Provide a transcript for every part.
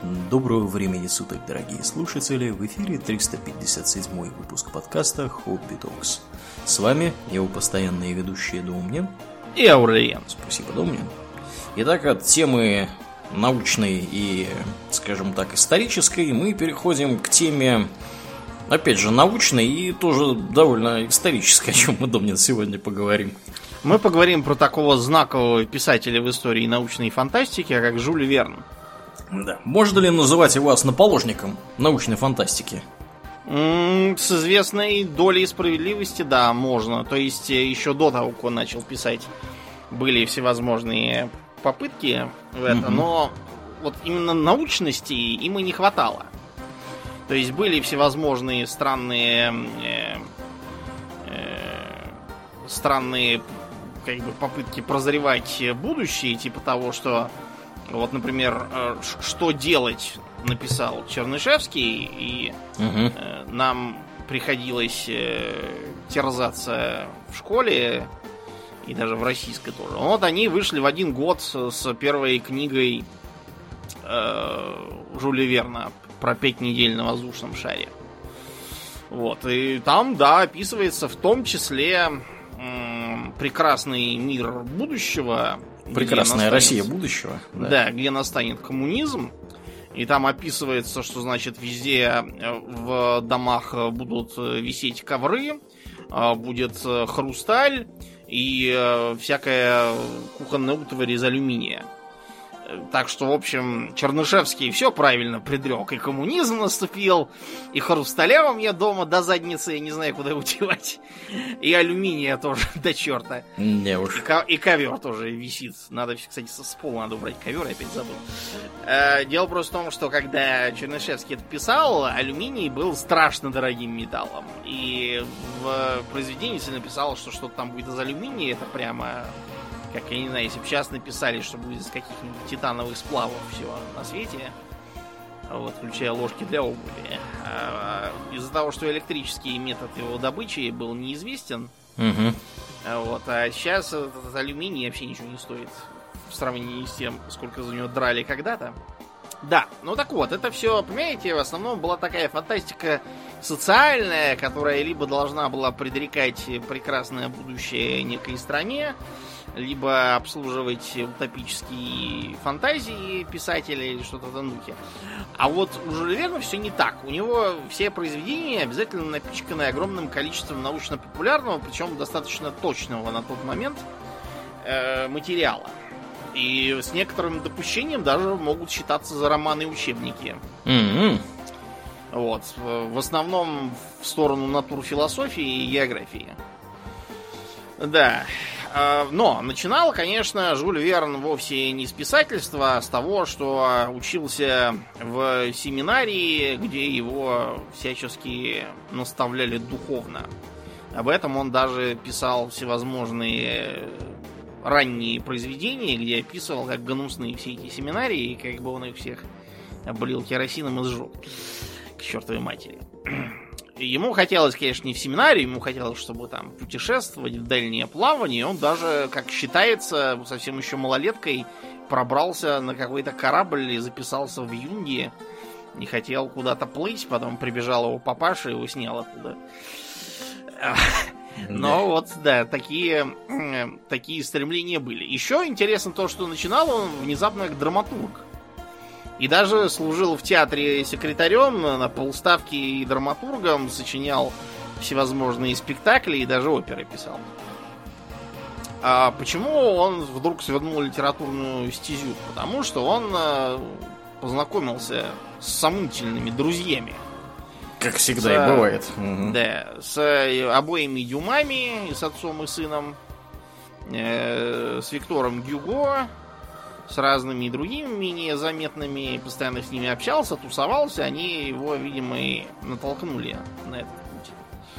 Доброго времени суток, дорогие слушатели! В эфире 357-й выпуск подкаста «Хобби Токс». С вами его постоянные ведущие Домнин и Аурельян. Спасибо, Домнин. Итак, от темы научной и, скажем так, исторической мы переходим к теме, опять же, научной и тоже довольно исторической, о чем мы, Домнин, сегодня поговорим. Мы поговорим про такого знакового писателя в истории научной фантастики, как Жюль Верн. Да. Можно ли называть его основоположником научной фантастики? С известной долей справедливости, да, можно. То есть еще до того, как он начал писать, были всевозможные попытки в это, но вот именно научности им и не хватало. То есть были всевозможные странные как бы попытки прозревать будущее, типа того, что вот, например, «Что делать» написал Чернышевский, и нам приходилось терзаться в школе, и даже в российской тоже. Вот они вышли в один год с первой книгой Жюля Верна про 5 недель на воздушном шаре. Вот, и там, да, описывается в том числе прекрасный мир будущего. Прекрасная Россия будущего. Да, где настанет коммунизм. И там описывается, что, значит, везде в домах будут висеть ковры, будет хрусталь и всякая кухонная утварь из алюминия. Так что, в общем, Чернышевский все правильно предрек. И коммунизм наступил, и хрусталя у меня дома до задницы, я не знаю, куда его девать. И алюминия тоже до черта. Не уж. И ковер тоже висит. Надо, кстати, с пола надо убрать ковер, я опять забыл. Дело просто в том, что когда Чернышевский это писал, алюминий был страшно дорогим металлом. И в произведении, если написал, что что-то там будет из алюминия, это прямо... Как, я не знаю, если бы сейчас написали, что будет из каких-нибудь титановых сплавов всего на свете, вот, включая ложки для обуви. Из-за того, что электрический метод его добычи был неизвестен, вот, а сейчас этот алюминий вообще ничего не стоит в сравнении с тем, сколько за него драли когда-то. Да, ну так вот, это все, понимаете, в основном была такая фантастика социальная, которая либо должна была предрекать прекрасное будущее некой стране, либо обслуживать утопические фантазии писателя или что-то в этом духе. А вот у Жюля Верна все не так. У него все произведения обязательно напичканы огромным количеством научно-популярного, причем достаточно точного на тот момент материала. И с некоторым допущением даже могут считаться за романы и учебники. Вот. В основном в сторону натурфилософии и географии. Да. Но начинал, конечно, Жюль Верн вовсе не с писательства, а с того, что учился в семинарии, где его всячески наставляли духовно. Об этом он даже писал всевозможные ранние произведения, где описывал, как гнусные все эти семинарии, и как бы он их всех облил керосином и сжег к чертовой матери. Ему хотелось, конечно, не в семинарию, ему хотелось, чтобы там путешествовать в дальнее плавание. Он даже, как считается, совсем еще малолеткой пробрался на какой-то корабль и записался в Юнге. Не хотел куда-то плыть, потом прибежал его папаша и его снял оттуда. Но вот, да, такие стремления были. Еще интересно то, что начинал он внезапно как драматург. И даже служил в театре секретарем на полставки и драматургом, сочинял всевозможные спектакли и даже оперы писал. А почему он вдруг свернул литературную стезю? Потому что он познакомился с сомнительными друзьями. Как всегда и бывает. Да, с обоими Дюмами, с отцом и сыном, с Виктором Гюго, с разными другими менее заметными, постоянно с ними общался, тусовался, они его, видимо, и натолкнули на этот путь.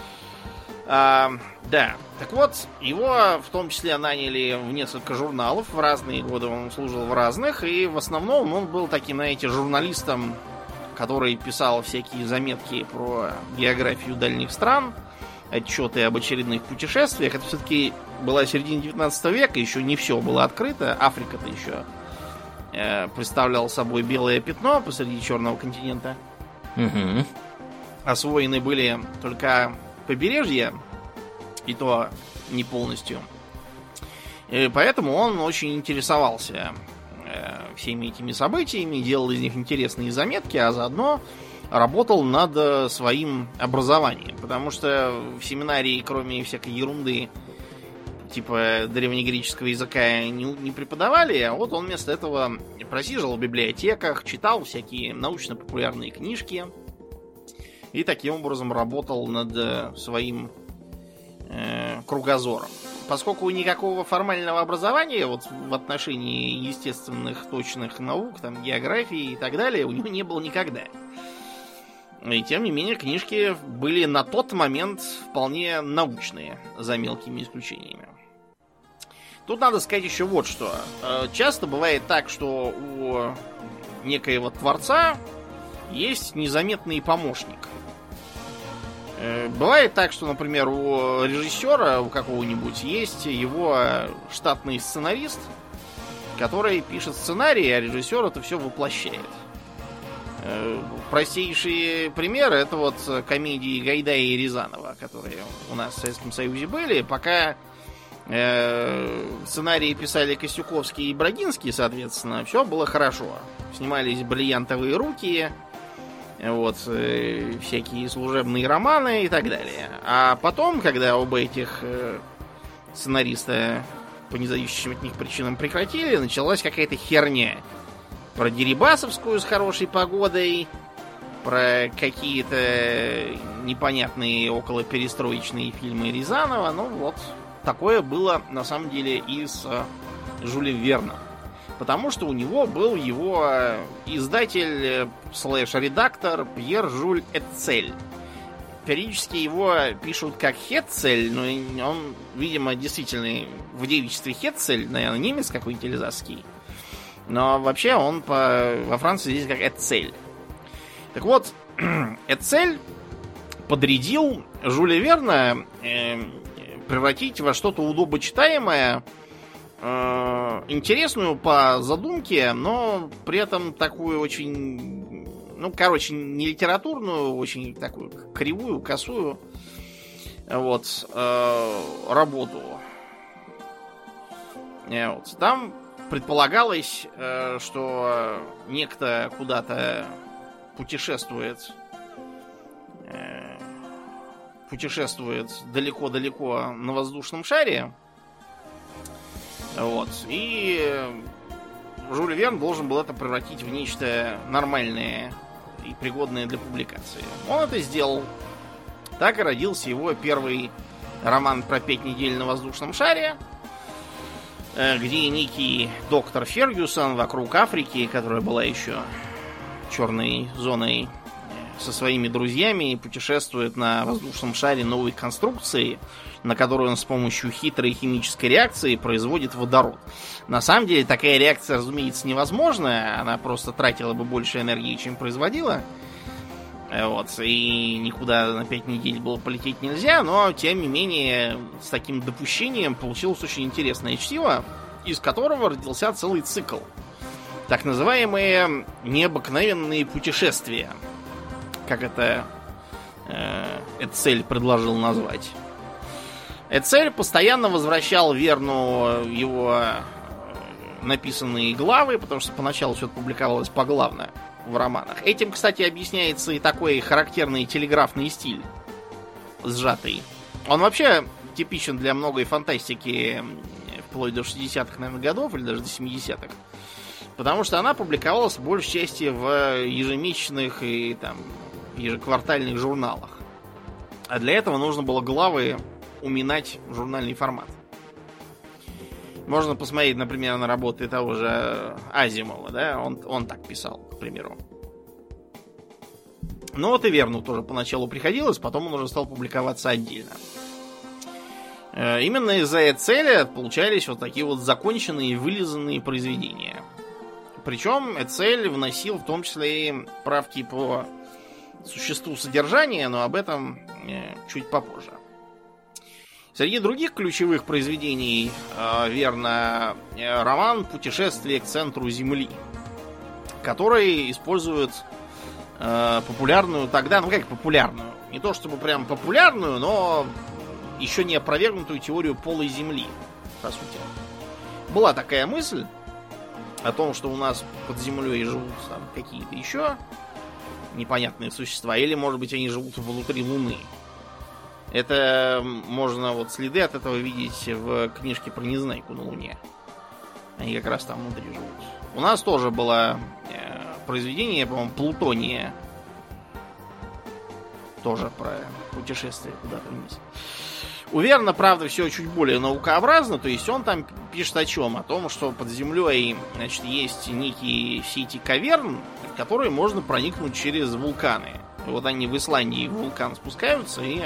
Да, так вот, его в том числе наняли в несколько журналов, в разные годы он служил в разных, и в основном он был таким, знаете, журналистом, который писал всякие заметки про географию дальних стран, отчеты об очередных путешествиях. Это все-таки была середина 19 века, еще не все было открыто, Африка-то еще представлял собой белое пятно посреди черного континента. Угу. Освоены были только побережья, и то не полностью. И поэтому он очень интересовался всеми этими событиями, делал из них интересные заметки, а заодно работал над своим образованием. Потому что в семинарии, кроме всякой ерунды, типа древнегреческого языка, не преподавали, а вот он вместо этого просиживал в библиотеках, читал всякие научно-популярные книжки и таким образом работал над своим кругозором. Поскольку никакого формального образования вот в отношении естественных точных наук, там, географии и так далее у него не было никогда. И тем не менее книжки были на тот момент вполне научные, за мелкими исключениями. Тут надо сказать еще вот что. Часто бывает так, что у некоего творца есть незаметный помощник. Бывает так, что, например, у режиссера, у какого-нибудь, есть его штатный сценарист, который пишет сценарий, а режиссер это все воплощает. Простейшие примеры — это вот комедии Гайдая и Рязанова, которые у нас в Советском Союзе были. Пока сценарии писали Костюковский и Брагинский, соответственно, все было хорошо. Снимались бриллиантовые руки, вот, всякие служебные романы и так далее. А потом, когда оба этих сценариста по независящим от них причинам прекратили, началась какая-то херня. Про Дерибасовскую с хорошей погодой, про какие-то непонятные околоперестроечные фильмы Рязанова. Ну вот, такое было на самом деле и с Жюлем Верном. Потому что у него был его издатель /редактор Пьер Жюль Эцель. Периодически его пишут как Хетцель, но он, видимо, действительно в девичестве Хетцель, наверное, немец какой-нибудь эльзасский. Но вообще он во Франции здесь как Эцель. Так вот, Эцель подрядил Жюля Верна превратить во что-то удобочитаемое, интересную по задумке, но при этом такую очень, ну, короче, не литературную, очень такую кривую, косую, вот, работу. Вот. Там предполагалось, что некто куда-то путешествует далеко-далеко на воздушном шаре. Вот. И Жюль Верн должен был это превратить в нечто нормальное и пригодное для публикации. Он это сделал. Так и родился его первый роман про 5 недель на воздушном шаре, где некий доктор Фергюсон вокруг Африки, которая была еще черной зоной, со своими друзьями путешествует на воздушном шаре новой конструкции, на которую он с помощью хитрой химической реакции производит водород. На самом деле такая реакция, разумеется, невозможна. Она просто тратила бы больше энергии, чем производила. Вот. И никуда на 5 недель было полететь нельзя, но, тем не менее, с таким допущением получилось очень интересное чтиво, из которого родился целый цикл. Так называемые необыкновенные путешествия, как это Эцель предложил назвать. Эцель постоянно возвращал Верну его написанные главы, потому что поначалу все это публиковалось поглавно в романах. Этим, кстати, объясняется и такой характерный телеграфный стиль, сжатый. Он вообще типичен для многой фантастики вплоть до 60-х, наверное, годов, или даже до 70-х. Потому что она публиковалась в большей части в ежемесячных и там ежеквартальных журналах. А для этого нужно было главы уминать в журнальный формат. Можно посмотреть, например, на работы того же Азимова, да? Он так писал, к примеру. Ну вот и Верну тоже поначалу приходилось, потом он уже стал публиковаться отдельно. Именно из-за Эцеля получались вот такие вот законченные, вылизанные произведения. Причем Эцель вносил в том числе и правки по существу содержания, но об этом чуть попозже. Среди других ключевых произведений верно роман «Путешествие к центру Земли», который использует популярную тогда, ну как популярную, не то чтобы прям популярную, но еще не опровергнутую теорию полой Земли, по сути. Была такая мысль о том, что у нас под землей живут там какие-то еще непонятные существа, или, может быть, они живут внутри Луны. Это можно вот следы от этого видеть в книжке про Незнайку на Луне. Они как раз там внутри живут. У нас тоже было произведение, по-моему, Плутония. Тоже про путешествие куда-то вниз. У Верна, правда, все чуть более наукообразно. То есть он там пишет о чем? О том, что под землей, значит, есть некие сети каверн, в которые можно проникнуть через вулканы. И вот они в Исландии в вулкан спускаются и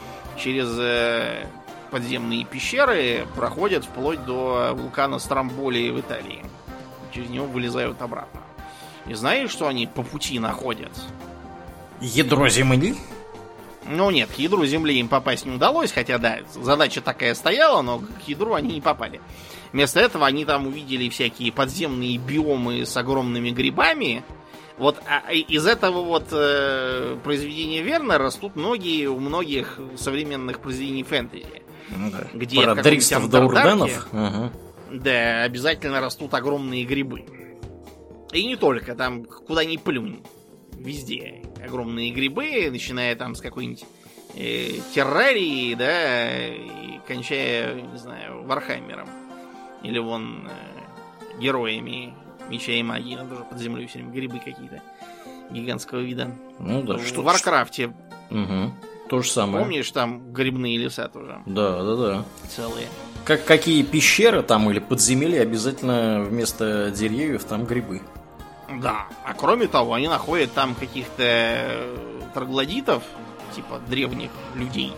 через подземные пещеры проходят вплоть до вулкана Стромболи в Италии. Через него вылезают обратно. И знаешь, что они по пути находят? Ядро Земли? Ну нет, к ядру Земли им попасть не удалось, хотя да, задача такая стояла, но к ядру они не попали. Вместо этого они там увидели всякие подземные биомы с огромными грибами. Вот из этого вот произведения Верна растут многие у многих современных произведений фэнтези. Ну, да. Где про Дристов до Урданов. Да, обязательно растут огромные грибы. И не только, там куда ни плюнь. Везде огромные грибы, начиная там с какой-нибудь террарии, да, и кончая, не знаю, Вархаммером. Или вон героями Меча и Магии. Там тоже под землей все время грибы какие-то гигантского вида. Ну да, в Варкрафте. Угу. То же самое. Помнишь, там грибные леса тоже? Да. Целые. Какие пещеры там или подземелья, обязательно вместо деревьев там грибы. Да, а кроме того, они находят там каких-то троглодитов, типа древних людей,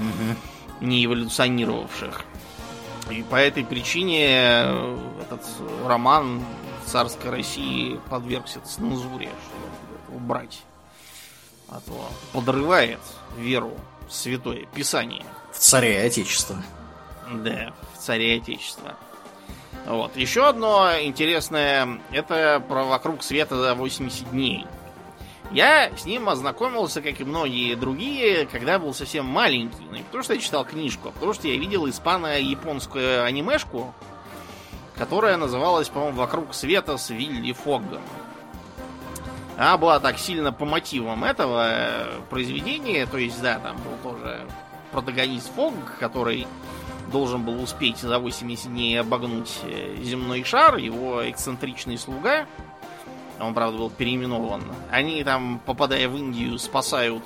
не эволюционировавших. И по этой причине этот роман царской России подвергся цензуре, чтобы убрать. А то подрывает веру в святое писание. В царя и отечество. Да, в царя и отечество. Вот. Еще одно интересное, это про «Вокруг света за 80 дней». Я с ним ознакомился, как и многие другие, когда был совсем маленький. Ну, не потому что я читал книжку, а потому что я видел испано-японскую анимешку, которая называлась, по-моему, «Вокруг света» с Вилли Фоггом. Она была так сильно по мотивам этого произведения. То есть, да, там был тоже протагонист Фогг, который должен был успеть за 80 дней обогнуть земной шар, его эксцентричный слуга, он, правда, был переименован, они там, попадая в Индию, спасают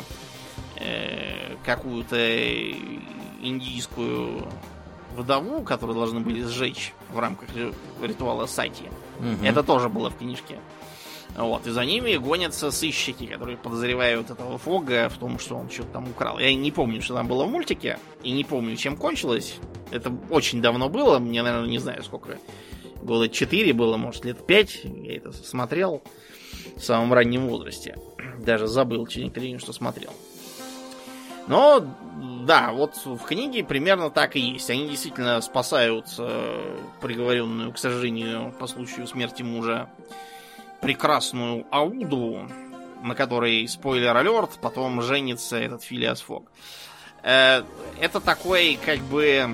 какую-то индийскую вдову, которую должны были сжечь в рамках ритуала сати. Это тоже было в книжке. Вот, и за ними гонятся сыщики, которые подозревают этого Фогга в том, что он что-то там украл. Я не помню, что там было в мультике, и не помню, чем кончилось. Это очень давно было, мне, наверное, не знаю, сколько. Года 4 было, может, лет 5. Я это смотрел в самом раннем возрасте. Даже забыл через некоторое время, что смотрел. Но, да, вот в книге примерно так и есть. Они действительно спасают приговоренную, к сожалению, по случаю смерти мужа, прекрасную Ауду, на которой, спойлер-алерт, потом женится этот Филиас Фогг. Это такой, как бы,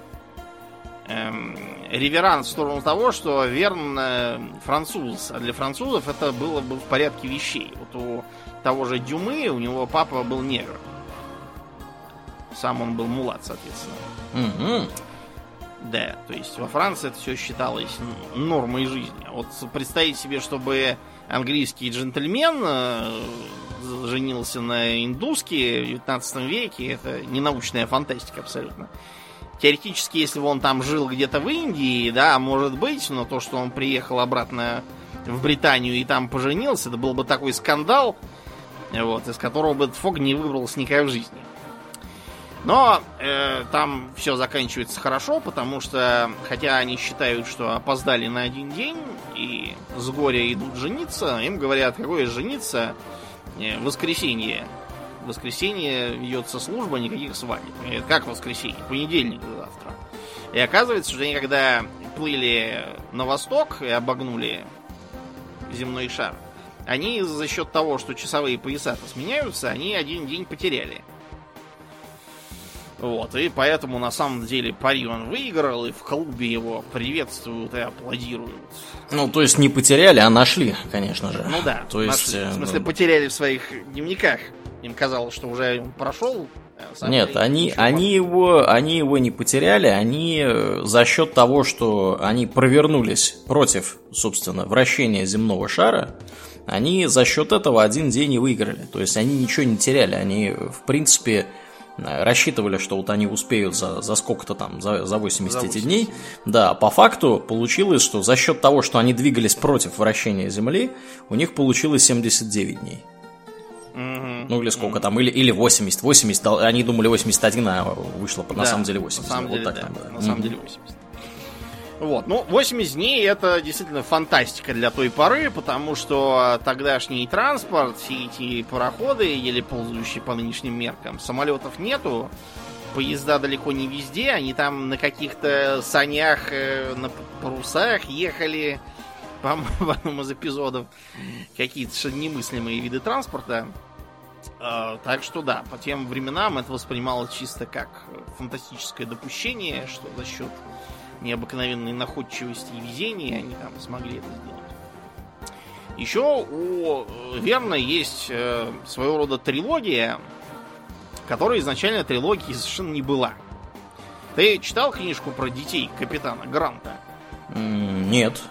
реверанс в сторону того, что Верн француз, а для французов это было бы в порядке вещей. Вот у того же Дюмы, у него папа был негр. Сам он был мулат, соответственно. Да, то есть во Франции это все считалось нормой жизни. Вот представить себе, чтобы английский джентльмен женился на индуске в 19 веке, это не научная фантастика абсолютно. Теоретически, если бы он там жил где-то в Индии, да, может быть, но то, что он приехал обратно в Британию и там поженился, это был бы такой скандал, вот, из которого бы Фогг не выбрался никогда в жизни. Но там все заканчивается хорошо, потому что, хотя они считают, что опоздали на один день и с горя идут жениться, им говорят, какое жениться, воскресенье В воскресенье ведется служба, никаких свадеб. Говорит, как воскресенье? Понедельник завтра. И оказывается, что они когда плыли на восток и обогнули земной шар, они за счет того, что часовые пояса-то сменяются, они один день потеряли. Вот, и поэтому на самом деле пари он выиграл, и в клубе его приветствуют и аплодируют. Ну, то есть не потеряли, а нашли, конечно же. Ну да, то есть, нашли. В смысле, потеряли в своих дневниках. Им казалось, что уже он прошел. Нет, они его не потеряли, они за счет того, что они провернулись против, собственно, вращения земного шара, они за счет этого один день и выиграли. То есть они ничего не теряли, они, в принципе, рассчитывали, что вот они успеют за сколько-то там, за 80 эти дней. Да, по факту получилось, что за счет того, что они двигались против вращения Земли, у них получилось 79 дней. Ну или сколько там, или 80. 80, они думали 81, а вышло на самом деле 80. На самом деле, вот так да, там, да. На самом деле 80. Вот, ну, 80 дней это действительно фантастика для той поры, потому что тогдашний транспорт, все эти пароходы, еле ползающие по нынешним меркам, самолетов нету, поезда далеко не везде, они там на каких-то санях, на парусах ехали, по-моему, в одном из эпизодов, какие-то немыслимые виды транспорта. Так что да, по тем временам это воспринималось чисто как фантастическое допущение, что за счет необыкновенной находчивости и везения они там смогли это сделать. Еще у Верна есть своего рода трилогия, которая изначально трилогией совершенно не была. Ты читал книжку про детей капитана Гранта? Нет.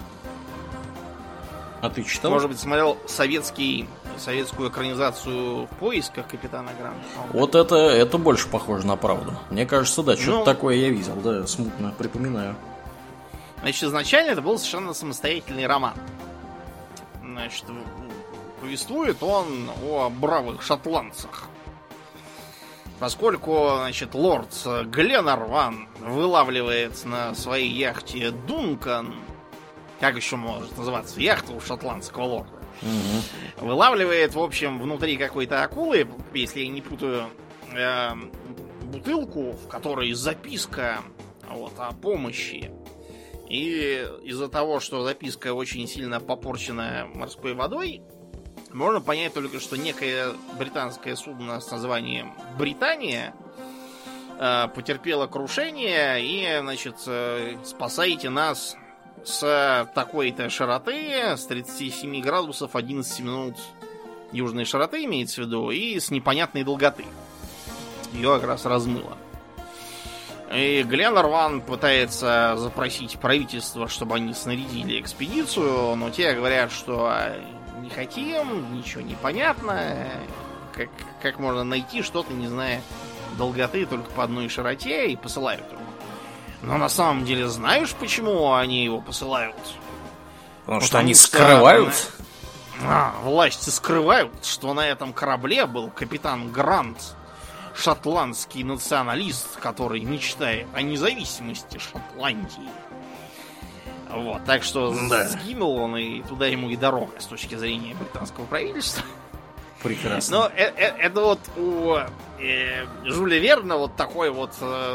А ты читал? Может быть, смотрел советскую экранизацию «В поисках капитана Гранта»? Вот это больше похоже на правду. Мне кажется, да, что-то такое я видел, да, смутно припоминаю. Значит, изначально это был совершенно самостоятельный роман. Значит, повествует он о бравых шотландцах. Поскольку, значит, лорд Гленарван вылавливает на своей яхте Дункан, как еще может называться яхта у шотландского лорда, вылавливает, в общем, внутри какой-то акулы, если я не путаю, бутылку, в которой записка вот, о помощи. И из-за того, что записка очень сильно попорчена морской водой, можно понять только, что некое британское судно с названием «Британия» потерпело крушение и, значит, спасайте нас с такой-то широты, с 37 градусов 11 минут южной широты, имеется в виду, и с непонятной долготы. Ее как раз размыло. И Гленарван пытается запросить правительство, чтобы они снарядили экспедицию, но те говорят, что не хотим, ничего не понятно, как можно найти что-то, не зная долготы, только по одной широте, и посылают его. Но на самом деле знаешь, почему они его посылают? Потому что они скрывают? Власти скрывают, что на этом корабле был капитан Грант, шотландский националист, который мечтает о независимости Шотландии. Вот, так что сгинул он, и туда ему и дорога с точки зрения британского правительства. Прекрасно. Но это вот у Жюля Верна вот такой вот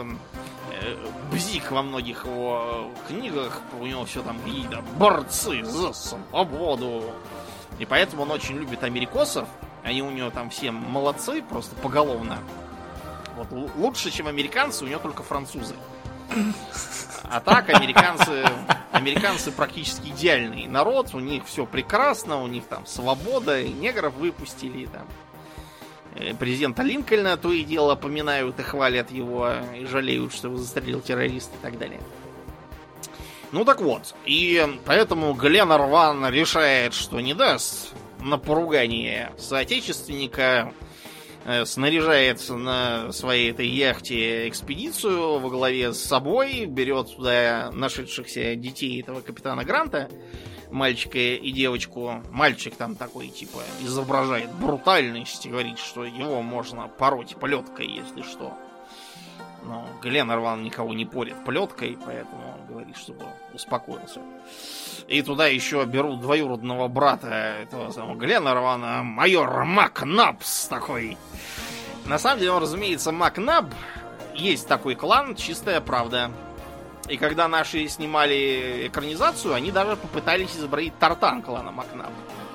бзик во многих его книгах. У него все там какие-то борцы за свободу. И поэтому он очень любит америкосов. Они у него там все молодцы, просто поголовно. Вот лучше, чем американцы, у него только французы. А так, американцы практически идеальный народ, у них все прекрасно, у них там свобода, и негров выпустили, там. Президента Линкольна то и дело поминают и хвалят его, и жалеют, что его застрелил террорист и так далее. Ну так вот, и поэтому Гленарван решает, что не даст на поругание соотечественника, снаряжает на своей этой яхте экспедицию во главе с собой, берет туда нашедшихся детей этого капитана Гранта, мальчика и девочку. Мальчик там такой, типа, изображает брутальность и говорит, что его можно пороть плеткой, если что. Но Гленарван никого не порит плеткой, поэтому он говорит, чтобы успокоился. И туда еще берут двоюродного брата этого самого Гленарвана, майор Макнапс такой. На самом деле, разумеется, Макнаб, есть такой клан, чистая правда. И когда наши снимали экранизацию, они даже попытались изобразить Тартан клана Макнаб.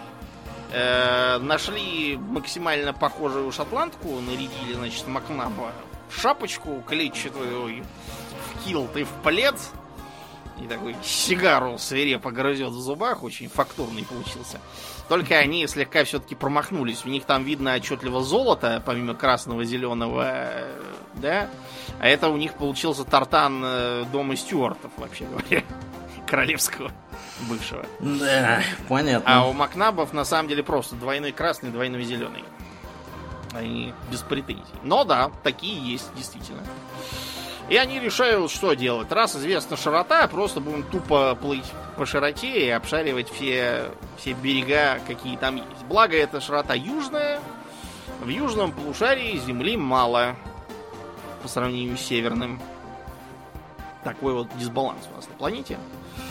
Нашли максимально похожую шотландку, нарядили, значит, Макнаба в шапочку клетчатую, в килт и в плед. И такой сигару свирепо грызет в зубах. Очень фактурный получился. Только они слегка все-таки промахнулись. У них там видно отчетливо золото, помимо красного, зеленого, да? А это у них получился Тартан дома Стюартов, вообще говоря. Королевского бывшего. Да, понятно. А у Макнабов на самом деле просто двойной красный, двойной зеленый. Они без претензий. Но да, такие есть, действительно. И они решают, что делать. Раз известна широта, просто будем тупо плыть по широте и обшаривать все берега, какие там есть. Благо, эта широта южная. В южном полушарии земли мало по сравнению с северным. Такой вот дисбаланс у нас на планете.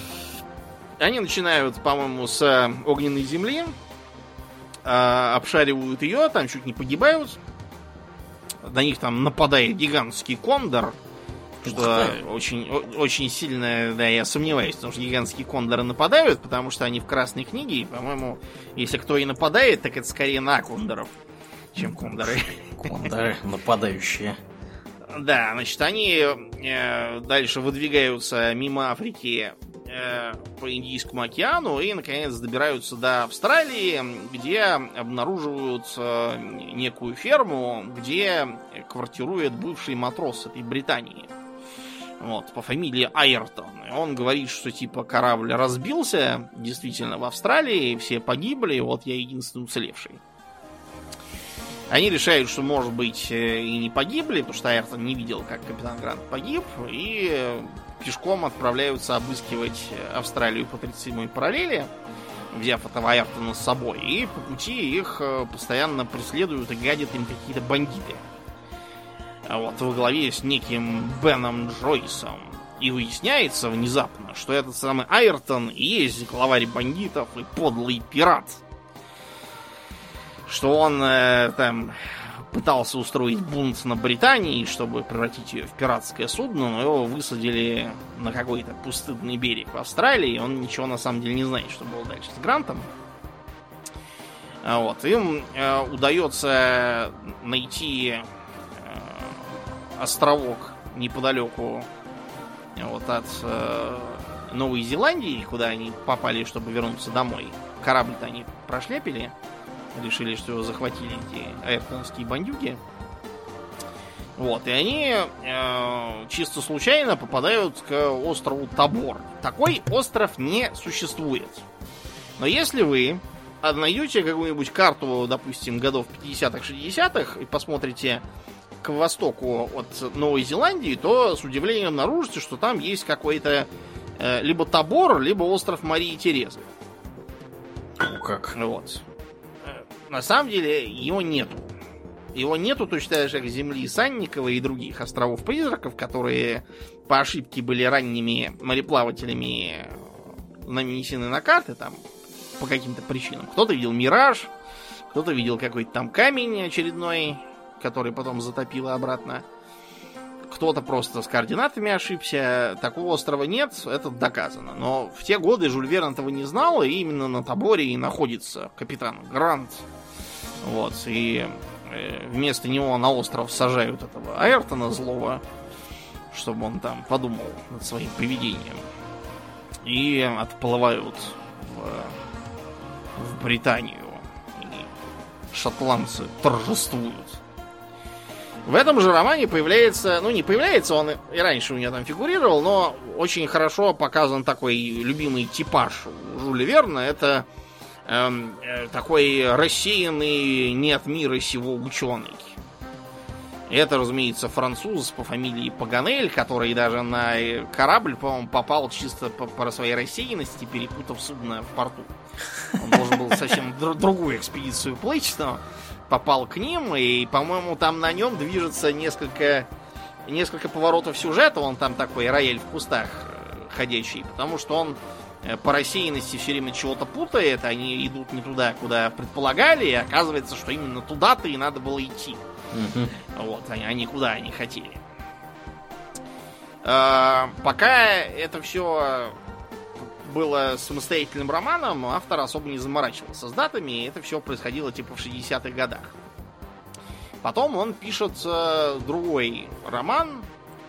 Они начинают, по-моему, с огненной земли. Обшаривают ее, там чуть не погибают. На них там нападает гигантский кондор. Что очень, очень сильно, да, я сомневаюсь, потому что гигантские кондоры нападают, потому что они в Красной книге, и, по-моему, если кто и нападает, так это скорее на кондоров, чем кондоры. Кондоры нападающие. Да, значит, они дальше выдвигаются мимо Африки по Индийскому океану и, наконец, добираются до Австралии, где обнаруживают некую ферму, где квартирует бывший матрос этой Британии. Вот, по фамилии Айртон. И он говорит, что типа корабль разбился, действительно, в Австралии, все погибли, вот я единственный уцелевший. Они решают, что, может быть, и не погибли, потому что Айртон не видел, как капитан Грант погиб, и пешком отправляются обыскивать Австралию по 37-й параллели, взяв этого Айртона с собой, и по пути их постоянно преследуют и гадят им какие-то бандиты. Вот, во главе с неким Беном Джойсом. И выясняется внезапно, что этот самый Айртон и есть главарь бандитов и подлый пират. Что он там пытался устроить бунт на Британии, чтобы превратить ее в пиратское судно, но его высадили на какой-то пустынный берег в Австралии, и он ничего на самом деле не знает, что было дальше с Грантом. Вот, им удается найти островок неподалеку вот от Новой Зеландии, куда они попали, чтобы вернуться домой. Корабль-то они прошляпили, решили, что его захватили эти айртонские бандюги. Вот, и они чисто случайно попадают к острову Тобор. Такой остров не существует. Но если вы найдете какую-нибудь карту, допустим, годов 50-х, 60-х и посмотрите к востоку от Новой Зеландии, то с удивлением обнаружите, что там есть какой-то либо Тобор, либо остров Марии Терезы. Ну как? Вот. На самом деле его нету. Его нету точно так же, как земли Санникова и других островов-призраков, которые по ошибке были ранними мореплавателями нанесены на карты там по каким-то причинам. Кто-то видел мираж, кто-то видел какой-то там камень очередной, который потом затопило обратно. Кто-то просто с координатами ошибся. Такого острова нет, это доказано. Но в те годы Жюль Верн этого не знал, и именно на Тоборе и находится капитан Грант. Вот, и вместо него на остров сажают этого Айртона злого, чтобы он там подумал над своим поведением. И отплывают в Британию. И шотландцы торжествуют. В этом же романе появляется, ну не появляется, он и раньше у меня там фигурировал, но очень хорошо показан такой любимый типаж у Жюля Верна. Это такой рассеянный, не от мира сего ученый. Это, разумеется, француз по фамилии Паганель, который даже на корабль, по-моему, попал чисто по своей рассеянности, перепутав судно в порту. Он должен был совсем другую экспедицию плыть, но попал к ним, и, по-моему, там на нем движется несколько поворотов сюжета. Он там такой рояль в кустах ходячий, потому что он по рассеянности все время чего-то путает, они идут не туда, куда предполагали, и оказывается, что именно туда-то и надо было идти. Вот, они куда они хотели. Пока это все было самостоятельным романом, автор особо не заморачивался с датами, и это все происходило типа в 60-х годах. Потом он пишет другой роман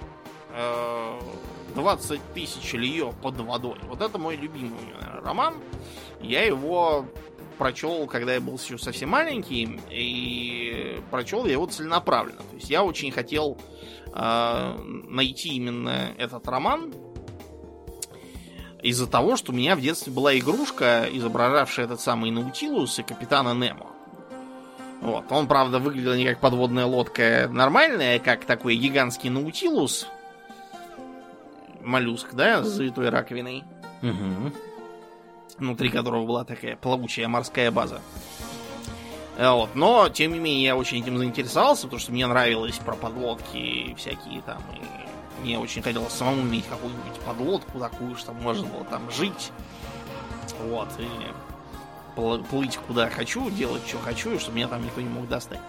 «20 тысяч лье под водой». Вот это мой любимый роман. Я его прочел, когда я был еще совсем маленький, и прочел я его целенаправленно. То есть я очень хотел найти именно этот роман из-за того, что у меня в детстве была игрушка, изображавшая этот самый Наутилус и капитана Немо. Вот. Он, правда, выглядел не как подводная лодка нормальная, а как такой гигантский Наутилус. Моллюск, да, с завитой раковиной. Угу. Внутри которого была такая плавучая морская база. Вот. Но, тем не менее, я очень этим заинтересовался, потому что мне нравилось про подлодки всякие там. И мне очень хотелось самому иметь какую-нибудь подлодку такую, чтобы можно было там жить. Вот. И плыть куда хочу, делать что хочу, и чтобы меня там никто не мог достать.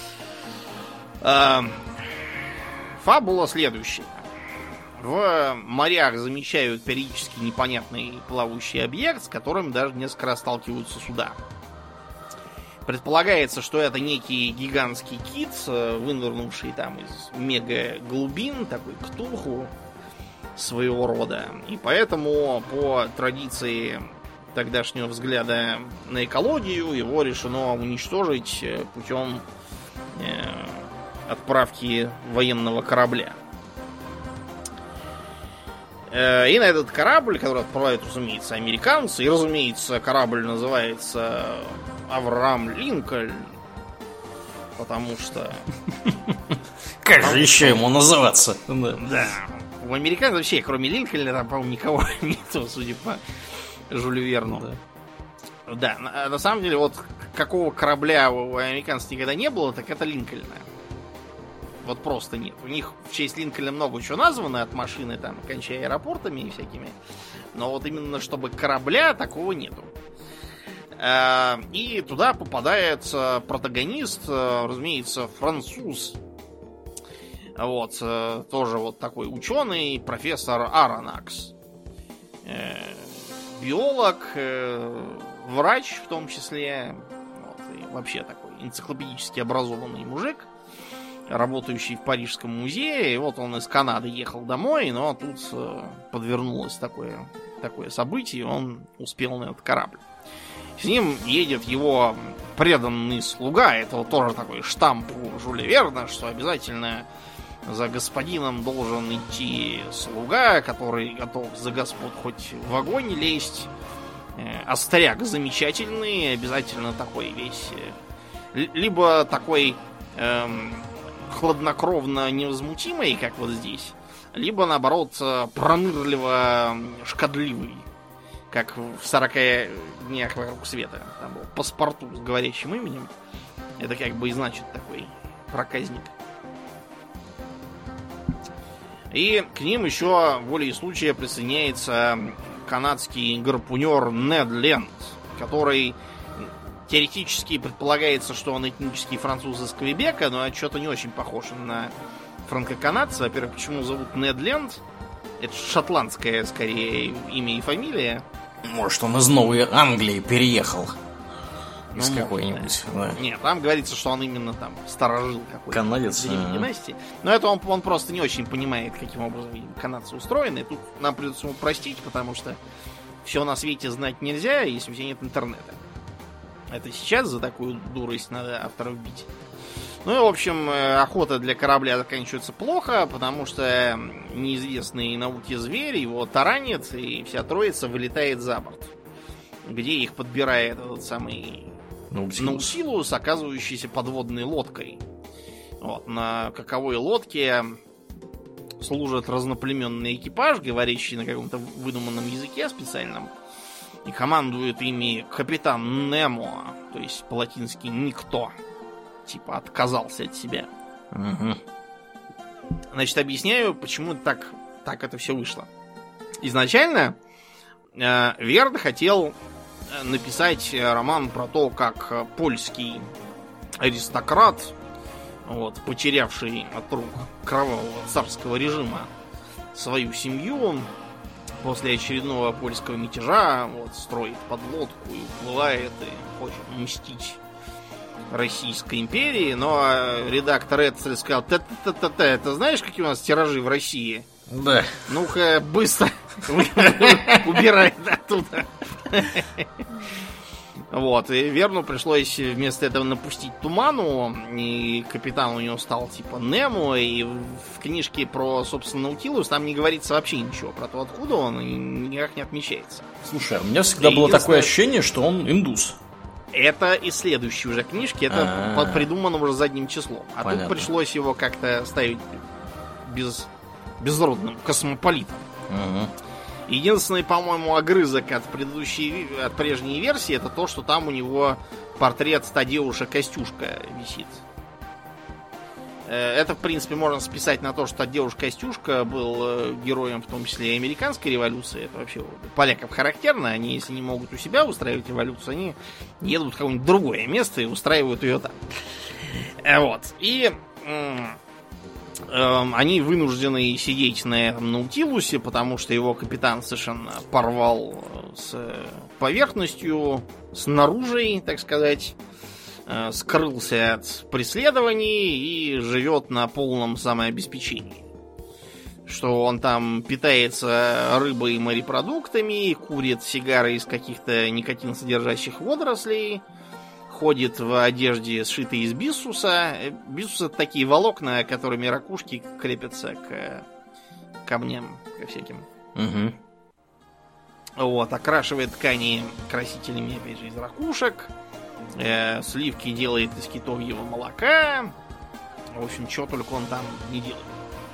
Фабула следующая. В морях замечают периодически непонятный плавающий объект, с которым даже несколько раз сталкиваются суда. Предполагается, что это некий гигантский кит, вынырнувший там из мега-глубин, такой ктулху своего рода. И поэтому, по традиции тогдашнего взгляда на экологию, его решено уничтожить путем отправки военного корабля. И на этот корабль, который отправляют, разумеется, американцы, и, разумеется, корабль называется Авраам Линкольн, потому что... Как же еще ему называться? Да. У американцев вообще, кроме Линкольна, там, по-моему, никого нету, судя по Жюлю Верну. Да, на самом деле, вот какого корабля у американцев никогда не было, так это Линкольна. Вот просто нет. У них в честь Линкольна много чего названо, от машины, там, кончая аэропортами и всякими. Но вот именно чтобы корабля, такого нету. И туда попадает протагонист, разумеется, француз. Вот, тоже вот такой ученый, профессор Аронакс. Биолог, врач в том числе. Вот, и вообще такой энциклопедически образованный мужик, работающий в Парижском музее. И вот он из Канады ехал домой, но тут подвернулось такое событие, и он успел на этот корабль. С ним едет его преданный слуга. Это вот тоже такой штамп у Жюля Верна, что обязательно за господином должен идти слуга, который готов за господ хоть в огонь лезть. Остряк замечательный, обязательно такой весь. Либо такой хладнокровно невозмутимый, как вот здесь, либо, наоборот, пронырливо шкодливый, как в 40 днях вокруг света. Там был паспорту с говорящим именем. Это как бы и значит такой проказник. И к ним еще волей случая присоединяется канадский гарпунер Нед Ленд, который теоретически предполагается, что он этнический француз из Квебека, но что-то не очень похож на франко-канадца. Во-первых, почему зовут Нед Ленд? Это шотландское, скорее, имя и фамилия. Может, он из Новой Англии переехал. Из какой-нибудь. Да. Нет, там говорится, что он именно там старожил какой-то. Канадец. Династии. Но это он просто не очень понимает, каким образом канадцы устроены. Тут нам придется ему простить, потому что все на свете знать нельзя, если у тебя нет интернета. Это сейчас за такую дурость надо авторов бить. Ну и, в общем, охота для корабля заканчивается плохо, потому что неизвестный науке зверь его таранит, и вся троица вылетает за борт. Где их подбирает этот самый Наутилус, оказывающийся подводной лодкой. Вот, на каковой лодке служит разноплеменный экипаж, говорящий на каком-то выдуманном языке специальном. И командует ими капитан Немо, то есть по-латински «никто». Типа отказался от себя. Угу. Значит, объясняю, почему так это все вышло. Изначально Верн хотел написать роман про то, как польский аристократ вот, потерявший от рук кровавого царского режима свою семью, после очередного польского мятежа вот, строит подлодку и уплывает, и хочет мстить Российской империи, но редактор Эцель сказал: та-та-та-та-та, это знаешь, какие у нас тиражи в России? Да. Ну-ка, быстро убирай оттуда. Вот, и Верну пришлось вместо этого напустить туману, и капитан у него стал типа Немо, и в книжке про, собственно, Наутилус там не говорится вообще ничего про то, откуда он, и никак не отмечается. Слушай, у меня всегда было такое ощущение, что он индус. Это и следующие уже книжки, это придумано уже задним числом. А понятно. Тут пришлось его как-то ставить безродным космополитом. Угу. Единственный, по-моему, огрызок от прежней версии, это то, что там у него портрет Тадеуша Костюшка висит. Это, в принципе, можно списать на то, что Тадеуш Костюшка был героем, в том числе и американской революции. Это вообще у поляков характерно. Они, если не могут у себя устраивать революцию, они едут в какое-нибудь другое место и устраивают ее там. Вот. И они вынуждены сидеть на этом Наутилусе, потому что его капитан совершенно порвал с поверхностью, снаружи, так сказать, скрылся от преследований и живет на полном самообеспечении. Что он там питается рыбой и морепродуктами, курит сигары из каких-то никотин-содержащих водорослей, ходит в одежде, сшитой из биссуса. Биссус — это такие волокна, которыми ракушки крепятся к камням, ко всяким. Угу. Вот, окрашивает ткани красителями, опять же, из ракушек. Сливки делает из китовьего молока. В общем, чего только он там не делает.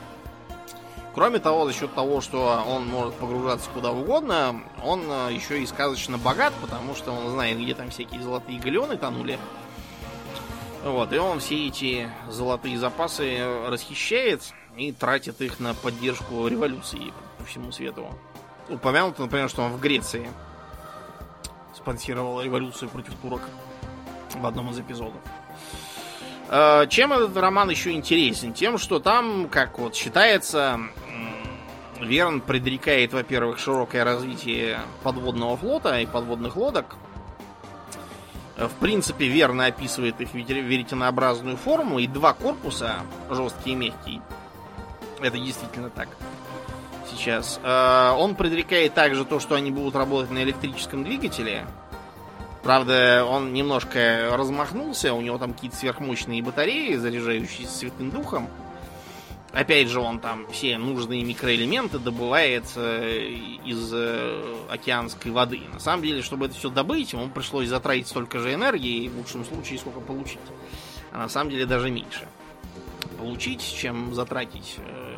Кроме того, за счет того, что он может погружаться куда угодно, он еще и сказочно богат, потому что он знает, где там всякие золотые галеоны тонули. Вот, и он все эти золотые запасы расхищает и тратит их на поддержку революции по всему свету. Упомянуто, например, что он в Греции спонсировал революцию против турок в одном из эпизодов. Чем этот роман еще интересен? Тем, что там, как вот считается, Верн предрекает, во-первых, широкое развитие подводного флота и подводных лодок. В принципе, верно описывает их веретенообразную форму и два корпуса, жесткие и мягкие. Это действительно так сейчас. Он предрекает также то, что они будут работать на электрическом двигателе. Правда, он немножко размахнулся, у него там какие-то сверхмощные батареи, заряжающиеся Святым Духом. Опять же, он там все нужные микроэлементы добывает из океанской воды. На самом деле, чтобы это все добыть, ему пришлось затратить столько же энергии, в лучшем случае, сколько получить. А на самом деле даже меньше получить, чем затратить.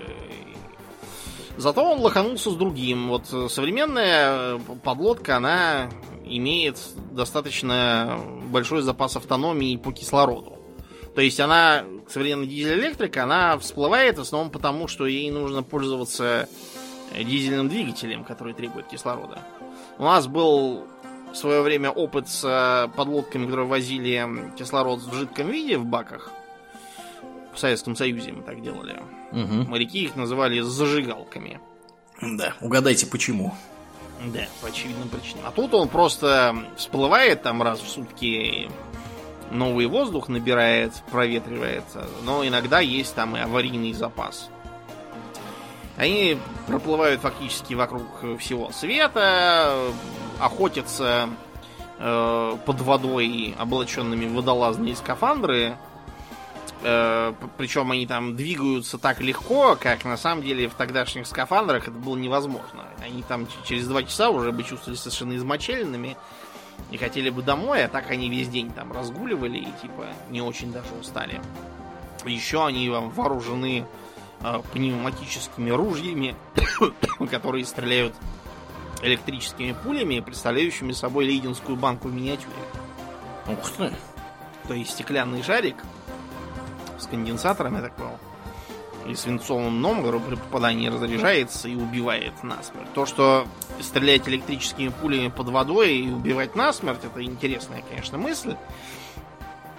Зато он лоханулся с другим. Вот современная подлодка, она имеет достаточно большой запас автономии по кислороду. То есть она, современная дизель-электрика, она всплывает в основном потому, что ей нужно пользоваться дизельным двигателем, который требует кислорода. У нас был в свое время опыт с подлодками, которые возили кислород в жидком виде в баках. В Советском Союзе мы так делали. Угу. Моряки их называли зажигалками. Да, угадайте почему. Да, по очевидным причинам. А тут он просто всплывает там раз в сутки, новый воздух набирает, проветривается. Но иногда есть там и аварийный запас. Они проплывают фактически вокруг всего света, охотятся под водой облаченными в водолазные скафандры. Причем они там двигаются так легко, как на самом деле в тогдашних скафандрах это было невозможно. Они там через 2 часа уже бы чувствовали совершенно измочаленными и хотели бы домой, а так они весь день там разгуливали и типа не очень даже устали. Еще они вооружены пневматическими ружьями, которые стреляют электрическими пулями, представляющими собой лейденскую банку в миниатюре. Ух ты! То есть стеклянный шарик с конденсатором, я так понял, и свинцовым дном, который при попадании разряжается и убивает насмерть. То, что стрелять электрическими пулями под водой и убивать насмерть, это интересная, конечно, мысль.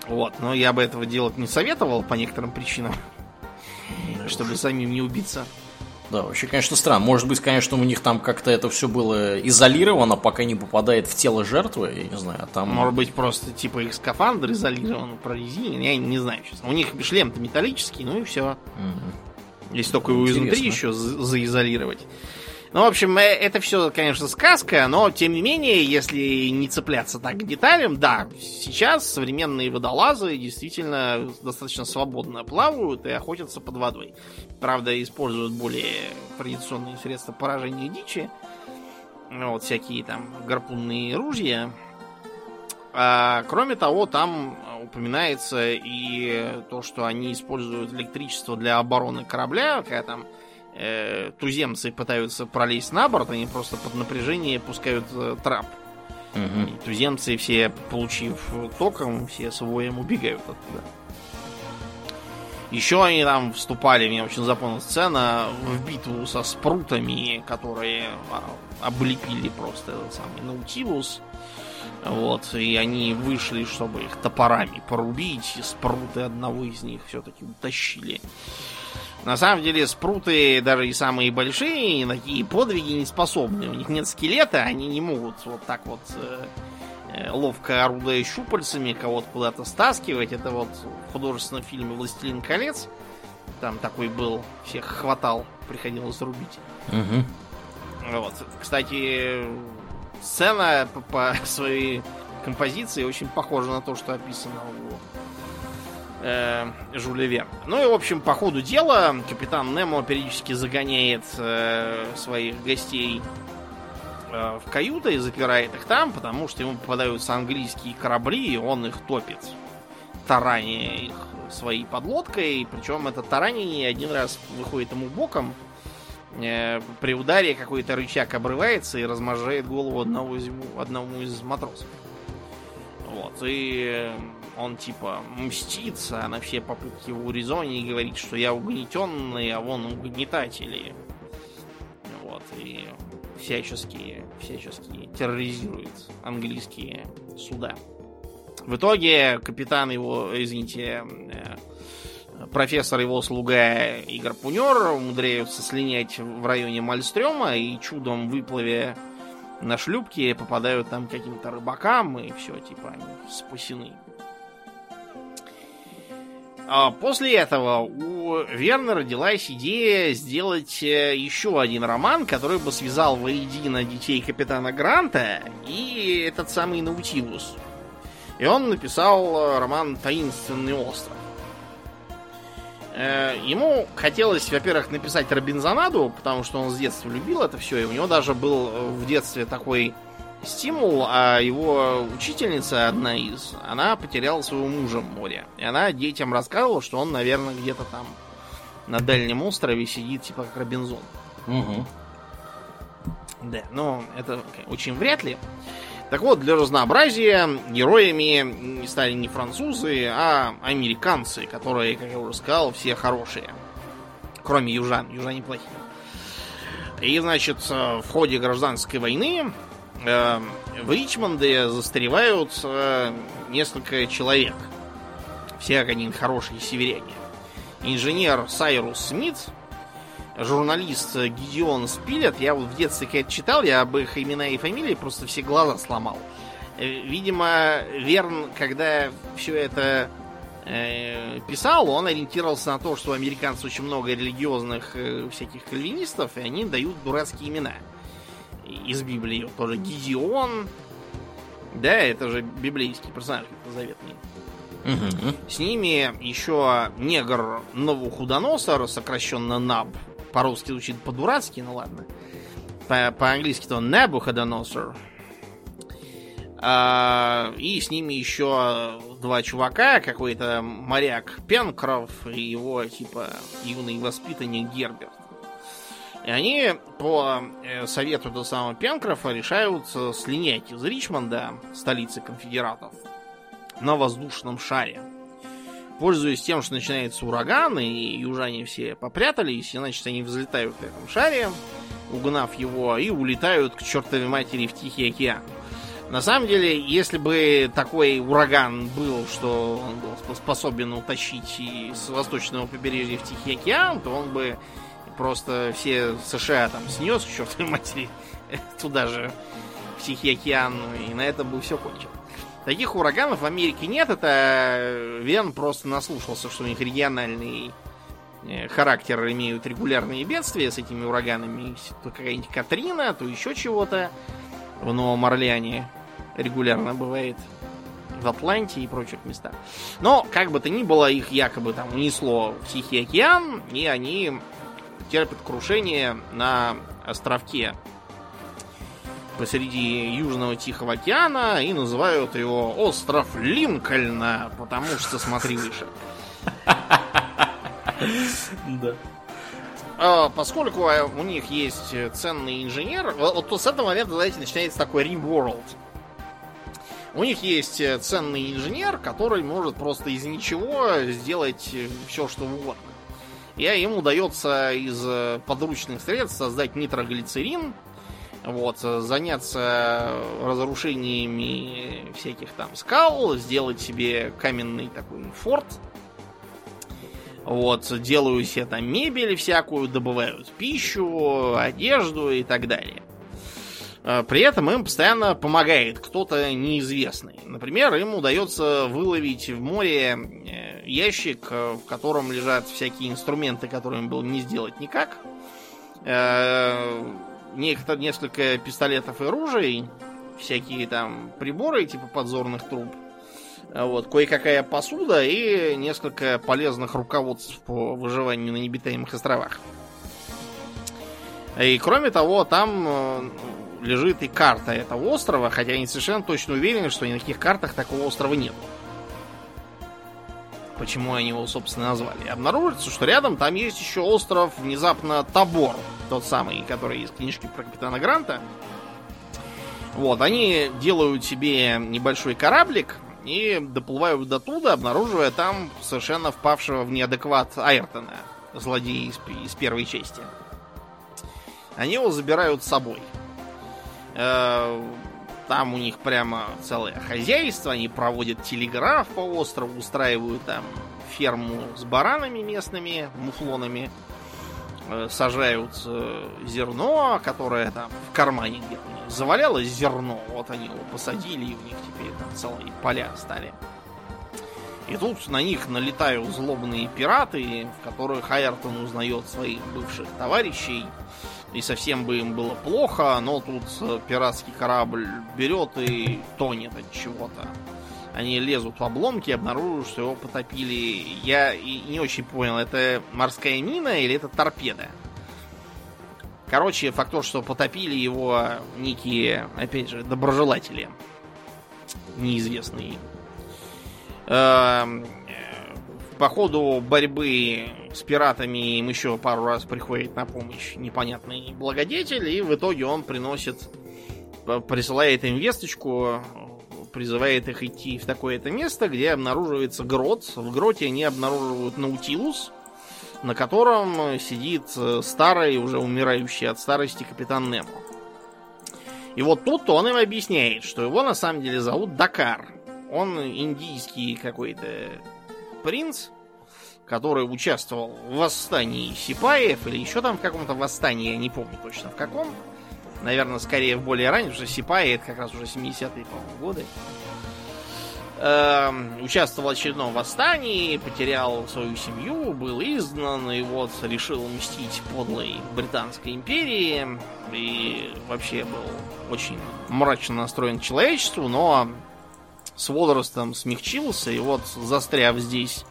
Вот, но я бы этого делать не советовал по некоторым причинам, чтобы самим не убиться. Да, вообще, конечно, странно. Может быть, конечно, у них там как-то это все было изолировано, пока не попадает в тело жертвы, я не знаю, а там... Может быть, просто типа их скафандр изолирован, прорезинен, я не знаю, честно. У них шлем-то металлический, ну и все. Если только его изнутри еще заизолировать. Ну, в общем, это все, конечно, сказка, но, тем не менее, если не цепляться так к деталям, да, сейчас современные водолазы действительно достаточно свободно плавают и охотятся под водой. Правда, используют более традиционные средства поражения дичи, вот, всякие там гарпунные ружья. А, кроме того, там упоминается и то, что они используют электричество для обороны корабля, когда там туземцы пытаются пролезть на борт, они просто под напряжение пускают трап. И туземцы все, получив током, все с воем убегают оттуда. Еще они там вступали, мне очень запомнилась сцена, в битву со спрутами, которые облепили просто этот самый Наутилус. Вот, и они вышли, чтобы их топорами порубить, и спруты одного из них все-таки утащили. На самом деле, спруты, даже и самые большие, на такие подвиги не способны. У них нет скелета, они не могут вот так вот ловко орудуя щупальцами кого-то куда-то стаскивать. Это вот в художественном фильме «Властелин колец». Там такой был, всех хватал, приходилось рубить. Вот. Кстати, сцена по своей композиции очень похожа на то, что описано у Жюля Верна. Ну и, в общем, по ходу дела капитан Немо периодически загоняет своих гостей в каюты и запирает их там, потому что ему попадаются английские корабли, и он их топит, тараня их своей подлодкой. Причем это таранение один раз выходит ему боком. При ударе какой-то рычаг обрывается и размозжает голову одному из матросов. Вот, и он типа мстится на все попытки его урезонить и говорит, что я угнетенный, а вон угнетатели. Вот, и всячески терроризирует английские суда. В итоге капитан его, профессор, его слуга и гарпунер умудряются слинять в районе Мальстрёма и чудом выплывя на шлюпке попадают там к каким-то рыбакам, и все, типа, они спасены. А после этого у Верна родилась идея сделать еще один роман, который бы связал воедино детей капитана Гранта и этот самый Наутилус. И он написал роман «Таинственный остров». Ему хотелось, во-первых, написать Робинзонаду, потому что он с детства любил это все, и у него даже был в детстве такой стимул, а его учительница, одна из, она потеряла своего мужа в море. И она детям рассказывала, что он, наверное, где-то там на дальнем острове сидит, типа как Робинзон. Да, но это очень вряд ли. Так вот, для разнообразия героями стали не французы, а американцы, которые, как я уже сказал, все хорошие. Кроме южан. Южане плохие. И, значит, в ходе гражданской войны в Ричмонде застревают несколько человек. Все как они хорошие северяне. Инженер Сайрус Смит, журналист Гидеон Спилет. Я вот в детстве когда читал, я об их имена и фамилии просто все глаза сломал. Видимо, Верн, когда все это писал, он ориентировался на то, что у американцев очень много религиозных всяких кальвинистов, и они дают дурацкие имена. Из Библии тоже Гидеон. Да, это же библейский персонаж, заветный. С ними еще негр Навуходоносор, сокращенно Наб. По-русски звучит по-дурацки, ну ладно. По-английски-то Набуходоносор. И с ними еще два чувака, какой-то моряк Пенкроф и его, типа, юный воспитанник Герберт. И они по совету этого самого Пенкрофа решают слинять из Ричмонда, столицы конфедератов, на воздушном шаре. Пользуясь тем, что начинается ураган, и южане все попрятались, и, значит, они взлетают в этом шаре, угнав его, и улетают к чертовой матери в Тихий океан. На самом деле, если бы такой ураган был, что он был способен утащить и с восточного побережья в Тихий океан, то он бы просто все США там снес, к чертовой матери, туда же, в Тихий океан, и на этом бы все кончилось. Таких ураганов в Америке нет, это Вен просто наслушался, что у них региональный характер имеют регулярные бедствия с этими ураганами. То какая-нибудь Катрина, то еще чего-то. В Новом Орлеане регулярно бывает, в Атланте и прочих местах. Но, как бы то ни было, их якобы там унесло в Тихий океан, и они терпят крушение на островке посреди Южного Тихого океана и называют его остров Линкольна, потому что смотри выше. Да. Поскольку у них есть ценный инженер, вот с этого момента, знаете, начинается такой RimWorld. У них есть ценный инженер, который может просто из ничего сделать все, что угодно. И ему удается из подручных средств создать нитроглицерин, вот, заняться разрушениями всяких там скал, сделать себе каменный такой форт. Вот, делают себе там мебель всякую, добывают пищу, одежду и так далее. При этом им постоянно помогает кто-то неизвестный. Например, им удается выловить в море ящик, в котором лежат всякие инструменты, которые им было не сделать никак. Несколько пистолетов и ружей, всякие там приборы типа подзорных труб. Вот, кое-какая посуда и несколько полезных руководств по выживанию на необитаемых островах. И кроме того, там лежит и карта этого острова, хотя они совершенно точно уверены, что ни на каких картах такого острова нет. Почему они его, собственно, назвали? И обнаружится, что рядом там есть еще остров, внезапно, Тобор. Тот самый, который из книжки про капитана Гранта. Вот, они делают себе небольшой кораблик и доплывают до туда, обнаруживая там совершенно впавшего в неадекват Айртона, злодея из первой части. Они его забирают с собой. Там у них прямо целое хозяйство, они проводят телеграф по острову, устраивают там ферму с баранами местными, муфлонами, сажают зерно, которое там в кармане где-то у них завалялось зерно, вот они его посадили, и у них теперь там целые поля стали. И тут на них налетают злобные пираты, в которых Айртон узнает своих бывших товарищей. И совсем бы им было плохо, но тут пиратский корабль берет и тонет от чего-то. Они лезут в обломки и обнаруживают, что его потопили. Я и не очень понял, это морская мина или это торпеда? Короче, факт то, что потопили его некие, опять же, доброжелатели. Неизвестные. По ходу борьбы с пиратами им еще пару раз приходит на помощь непонятный благодетель, и в итоге он присылает им весточку, призывает их идти в такое-то место, где обнаруживается грот. В гроте они обнаруживают Наутилус, на котором сидит старый, уже умирающий от старости капитан Немо. И вот тут он им объясняет, что его на самом деле зовут Дакар. Он индийский какой-то принц, который участвовал в восстании сипаев, или еще там в каком-то восстании, я не помню точно в каком. Наверное, скорее в более раннем, потому что сипаи это как раз уже 70-е, по-моему, годы. Участвовал в очередном восстании, потерял свою семью, был изгнан, и вот решил мстить подлой Британской империи. И вообще был очень мрачно настроен к человечеству, но с возрастом смягчился, и вот застряв здесь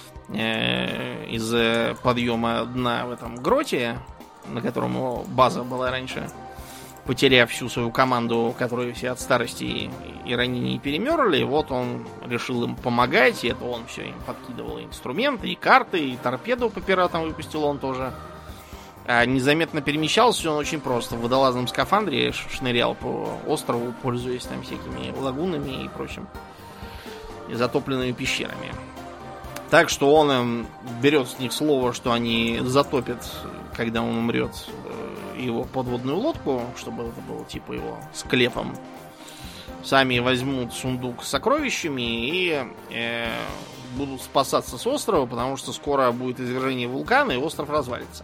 из-за подъема дна в этом гроте, на котором его база была раньше, потеряв всю свою команду, которую все от старости и ранений перемерли, вот он решил им помогать, и это он все им подкидывал инструменты, и карты, и торпеду по пиратам выпустил он тоже. А незаметно перемещался он очень просто. В водолазном скафандре шнырял по острову, пользуясь там всякими лагунами и прочим, и затопленными пещерами. Так что он берет с них слово, что они затопят, когда он умрет, его подводную лодку, чтобы это было типа его склепом. сами возьмут сундук с сокровищами и будут спасаться с острова, потому что скоро будет извержение вулкана, и остров развалится.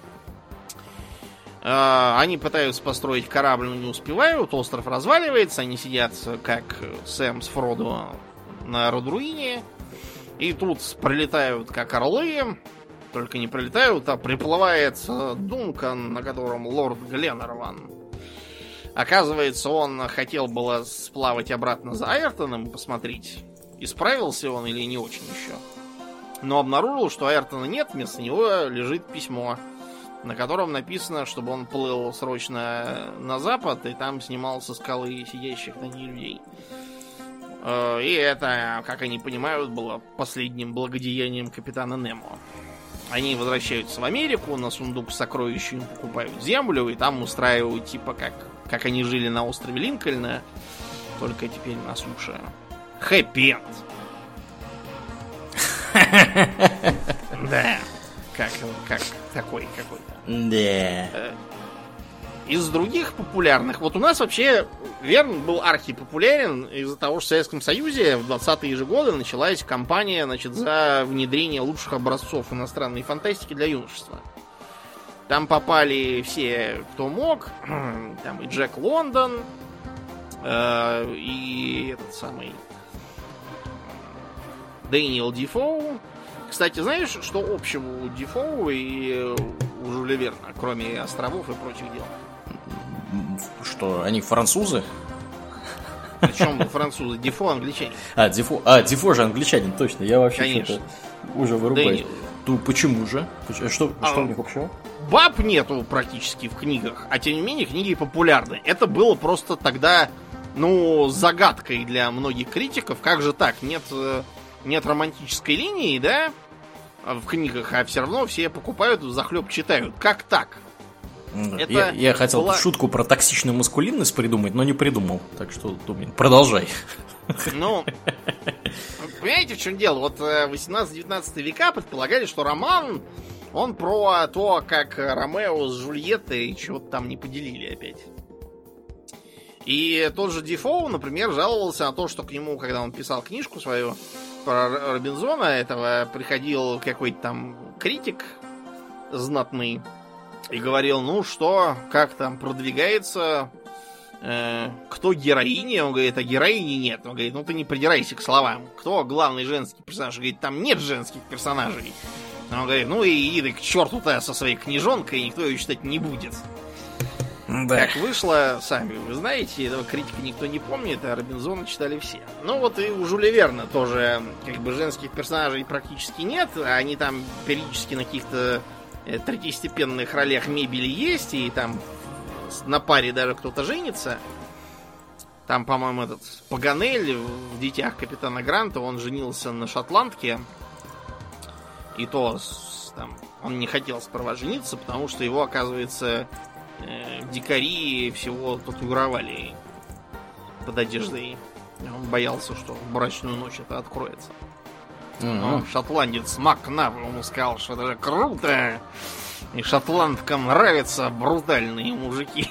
Они пытаются построить корабль, но не успевают, остров разваливается, они сидят, как Сэм с Фродо, на Родруине, и тут прилетают как орлы, только не прилетают, а приплывает Дункан, на котором лорд Гленнерван. Оказывается, он хотел было сплавать обратно за Айртоном и посмотреть, исправился он или не очень еще. Но обнаружил, что Айртона нет, вместо него лежит письмо, на котором написано, чтобы он плыл срочно на запад и там снимал со скалы сидящих на ней людей. И это, как они понимают, было последним благодеянием капитана Немо. Они возвращаются в Америку, на сундук с сокровищами покупают землю и там устраивают типа как они жили на острове Линкольна, только теперь на суше. Хэппи-энд. Да. Как такой какой-то. Да. Из других популярных, вот у нас вообще Верн был архипопулярен из-за того, что в Советском Союзе в 20-е же годы началась кампания, значит, за внедрение лучших образцов иностранной фантастики для юношества. Там попали все, кто мог. Там и Джек Лондон, и этот самый Дэниел Дефоу. Кстати, знаешь, что общего у Дефоу и у Жюля Верна, кроме островов и прочих дел? Что, они французы? Причем французы? Дефо англичанин. Дефо же англичанин, точно. Я вообще что-то уже вырубаюсь. Почему же? Что у них общего? Баб нету практически в книгах, а тем не менее книги популярны. Это было просто тогда, загадкой для многих критиков. Как же так? Нет романтической линии, да, в книгах, а все равно все покупают, захлеб читают. Как так? Я хотел шутку про токсичную маскулинность придумать, но не придумал. Так что, продолжай. Понимаете, в чем дело? Вот 18-19 века предполагали, что роман, он про то, как Ромео с Джульеттой чего-то там не поделили опять. И тот же Дефоу, например, жаловался на то, что к нему, когда он писал книжку свою про Робинзона этого, приходил какой-то там критик знатный и говорил, что, как там продвигается, кто героиня? Он говорит, а героини нет. Он говорит, ты не придирайся к словам. Кто главный женский персонаж? Он говорит, там нет женских персонажей. Он говорит, и иди к черту-то со своей книжонкой, никто ее читать не будет. Да. Как вышло, сами вы знаете, этого критика никто не помнит, а Робинзона читали все. И у Жюля Верна тоже женских персонажей практически нет, а они там периодически на каких-то третьестепенных ролях мебели есть, и там на паре даже кто-то женится. Там, по-моему, этот Паганель в «Детях капитана Гранта», он женился на шотландке, и то он не хотел сперва жениться, потому что его, оказывается, дикари всего татуировали под одеждой. Он боялся, что в брачную ночь это откроется. Но шотландец Макнаб ему сказал, что это же круто, и шотландкам нравятся брутальные мужики.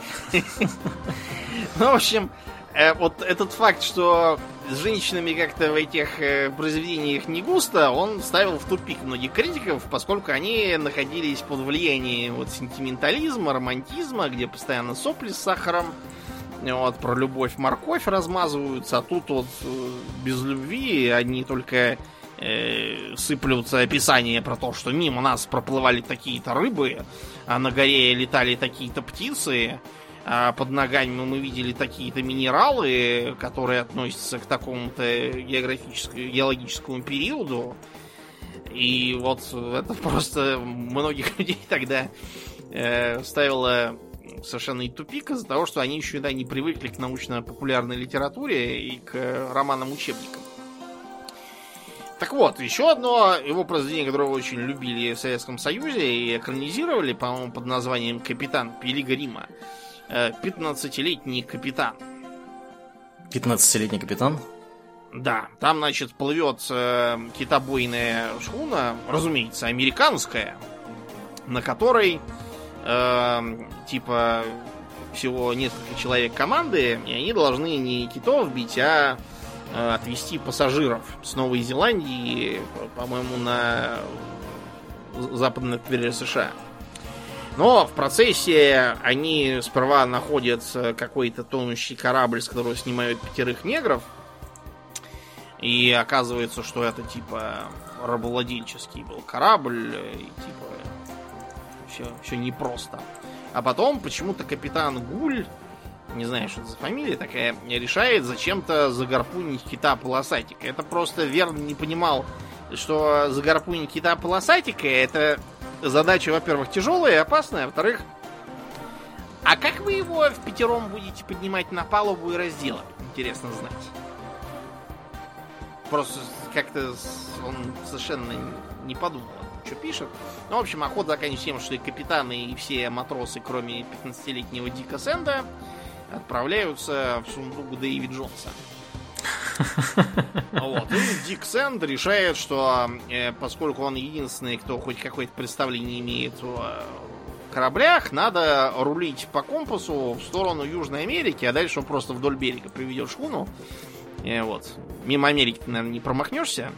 В общем, вот этот факт, что с женщинами как-то в этих произведениях не густо, он ставил в тупик многих критиков, поскольку они находились под влиянием сентиментализма, романтизма, где постоянно сопли с сахаром, про любовь, морковь размазываются, а тут без любви одни только сыплются описания про то, что мимо нас проплывали такие-то рыбы, а на горе летали такие-то птицы, а под ногами мы видели такие-то минералы, которые относятся к такому-то геологическому периоду. И это просто многих людей тогда ставило совершенно и тупик из-за того, что они еще не привыкли к научно-популярной литературе и к романам-учебникам. Так вот, еще одно его произведение, которое очень любили в Советском Союзе и экранизировали, по-моему, под названием «Капитан Пилигрима». 15-летний капитан. 15-летний капитан? Да, там, значит, плывет китобойная шхуна, разумеется, американская, на которой всего несколько человек команды, и они должны не китов бить, а отвезти пассажиров с Новой Зеландии, по-моему, на западное побережье США. Но в процессе они сперва находят какой-то тонущий корабль, с которого снимают 5 негров. И оказывается, что это типа рабовладельческий был корабль. И типа все непросто. А потом почему-то капитан Гуль, не знаю, что это за фамилия такая, решает зачем-то загарпунить кита-полосатика. Это просто верно не понимал, что загарпунить кита-полосатика — это задача, во-первых, тяжелая и опасная, а во-вторых, а как вы его впятером будете поднимать на палубу и разделать? Интересно знать. Просто как-то он совершенно не подумал, что пишет. Ну, в общем, охота заканчивается тем, что и капитаны, и все матросы, кроме 15-летнего Дика Сэнда, отправляются в сундук Дэйви Джонса. Вот. И Дик Сэнд решает, что поскольку он единственный, кто хоть какое-то представление имеет о кораблях, надо рулить по компасу в сторону Южной Америки, а дальше он просто вдоль берега приведет шхуну. И вот. Мимо Америки ты, наверное, не промахнешься.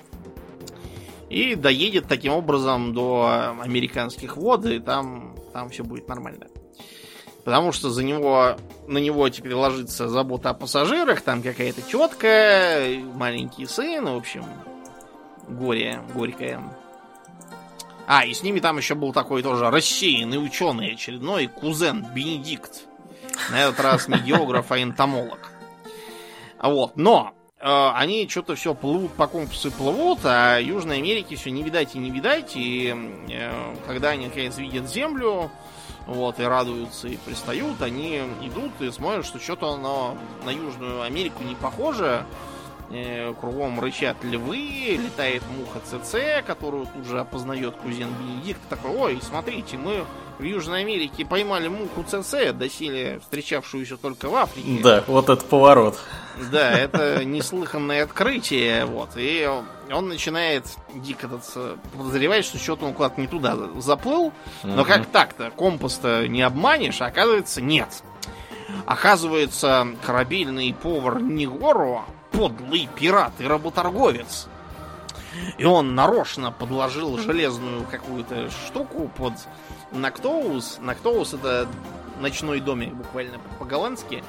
И доедет таким образом до американских вод, и там все будет нормально. Потому что на него теперь ложится забота о пассажирах, там какая-то тетка, маленький сын, в общем, горе горькое. А, и с ними там еще был такой тоже рассеянный ученый очередной, кузен Бенедикт. На этот раз не географ, а энтомолог. Вот, но они что-то все плывут по компасу и плывут, а Южной Америки все не видать и не видать. И когда они наконец видят Землю, вот, и радуются, и пристают, они идут и смотрят, что что-то оно на Южную Америку не похоже. Кругом рычат львы, летает муха ЦЦ, которую тут же опознает кузен Бенедикт. Такой: ой, смотрите, мы в Южной Америке поймали муху ЦЦ, доселе встречавшуюся только в Африке. Да, вот этот поворот. Да, это неслыханное открытие. Вот. И он начинает дико подозревать, что что-то он куда-то не туда заплыл. Но как так-то? Компас-то не обманешь, а оказывается, нет. Оказывается, корабельный повар Нигоро подлый пират и работорговец. И он нарочно подложил железную какую-то штуку под Нактоус. Нактоус — это ночной домик, буквально по-голландски,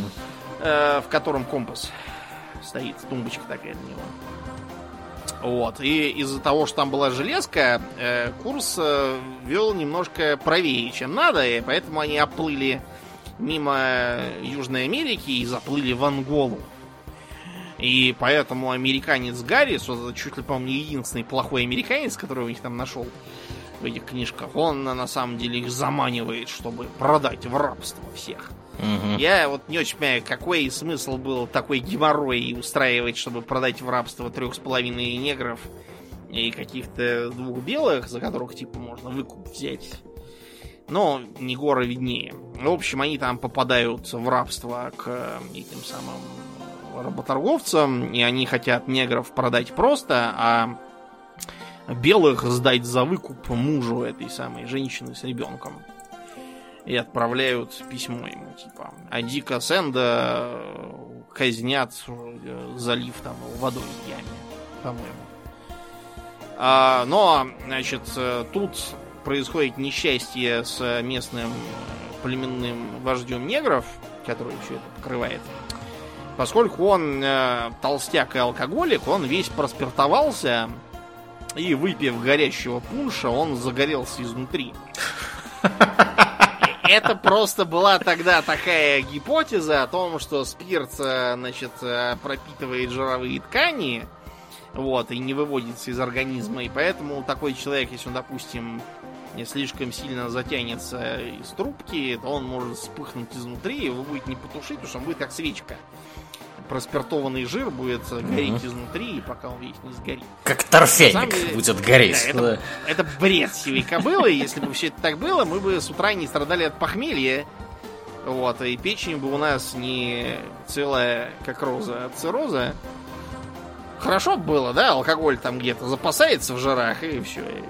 в котором компас стоит, тумбочка такая для него. Вот. И из-за того, что там была железка, курс вел немножко правее, чем надо, и поэтому они оплыли мимо Южной Америки и заплыли в Анголу. И поэтому американец Гаррис, вот чуть ли, по-моему, не единственный плохой американец, которого у них там нашел в этих книжках, он на самом деле их заманивает, чтобы продать в рабство всех. Я вот не очень понимаю, какой смысл был такой геморрой устраивать, чтобы продать в рабство 3,5 негров и каких-то 2 белых, за которых типа можно выкуп взять. Но Нигоро виднее. В общем, они там попадают в рабство к этим самым работорговцам, и они хотят негров продать просто, а белых сдать за выкуп мужу этой самой женщины с ребенком. И отправляют письмо ему, типа: а Дика Сэнда казнят, залив там водой в яме, по-моему. Но, значит, тут происходит несчастье с местным племенным вождем негров, который все это покрывает. Поскольку он толстяк и алкоголик, он весь проспиртовался, и, выпив горящего пунша, он загорелся изнутри. Это просто была тогда такая гипотеза о том, что спирт, значит, пропитывает жировые ткани, вот, и не выводится из организма, и поэтому такой человек, если он, допустим, не слишком сильно затянется из трубки, то он может вспыхнуть изнутри, его будет не потушить, потому что он будет как свечка. Проспиртованный жир будет гореть изнутри, пока он весь не сгорит. Как торфяник деле, будет гореть. Да, это бред сивой кобылы. Если бы все это так было, мы бы с утра не страдали от похмелья. Вот, и печень бы у нас не целая, как роза, а цирроза. Хорошо было, да? Алкоголь там где-то запасается в жирах, и все.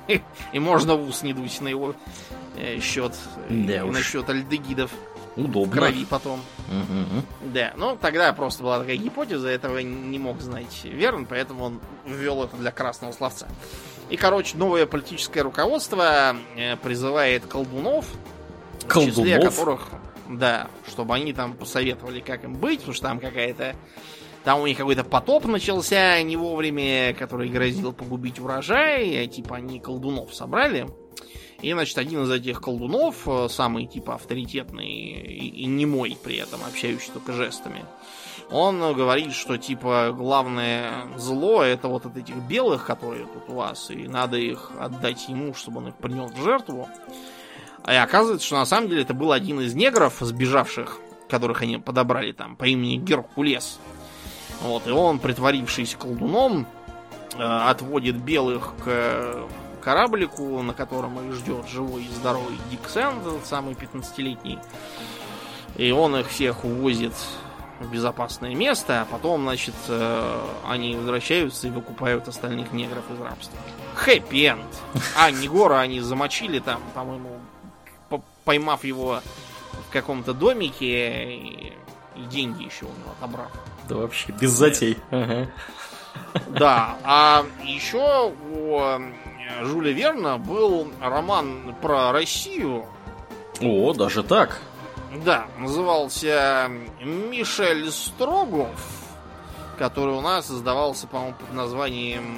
И можно в ус не дуть на его счет. Да уж. На счет альдегидов. Удобно. Крови потом. Угу. Да, ну тогда просто была такая гипотеза, этого не мог знать Верн, поэтому он ввел это для красного словца. И, короче, новое политическое руководство призывает колдунов, в числе которых, да, чтобы они там посоветовали, как им быть, потому что там какая-то... Там у них какой-то потоп начался не вовремя, который грозил погубить урожай, типа они колдунов собрали. И, значит, один из этих колдунов, самый, типа, авторитетный и немой при этом, общающий только жестами, он говорит, что, типа, главное зло это вот от этих белых, которые тут у вас, и надо их отдать ему, чтобы он их принес в жертву. И оказывается, что на самом деле это был один из негров, сбежавших, которых они подобрали там, по имени Геркулес. Вот, и он, притворившись колдуном, отводит белых к кораблику, на котором их ждет живой и здоровый Дик Сэнд, самый 15-летний. И он их всех увозит в безопасное место, а потом, значит, они возвращаются и выкупают остальных негров из рабства. Хэппи-энд. А Негора они замочили там, по-моему, поймав его в каком-то домике и деньги еще у него отобрав. Да вообще, без затей. Ага. Да, а еще у Жюля Верна был роман про Россию. О, даже так? Да, назывался «Мишель Строгов», который у нас издавался, по-моему, под названием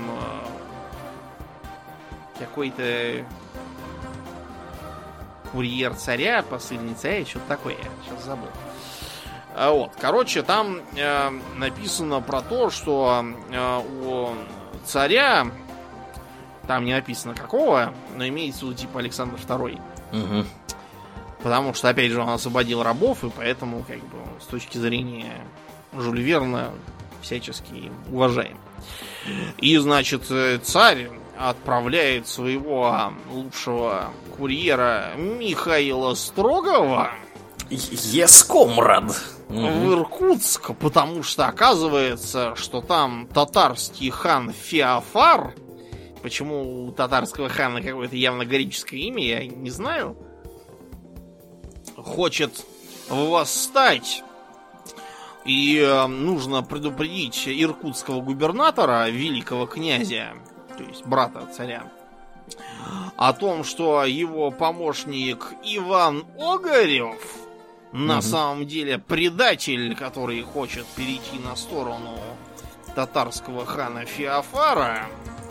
какой-то «Курьер царя», «Посыльный царя», что-то такое, я сейчас забыл. Вот, короче, там написано про то, что у царя, там не написано какого, но имеется в виду типа Александр II. Угу. Потому что, опять же, он освободил рабов, и поэтому, как бы, с точки зрения Жюля Верна, всячески уважаем. И, значит, царь отправляет своего лучшего курьера Михаила Строгова Ескомрад в Иркутск, потому что оказывается, что там татарский хан Феофар, почему у татарского хана какое-то явно греческое имя, я не знаю, хочет восстать. И нужно предупредить иркутского губернатора, великого князя, то есть брата царя, о том, что его помощник Иван Огарев на самом деле предатель, который хочет перейти на сторону татарского хана Феофара.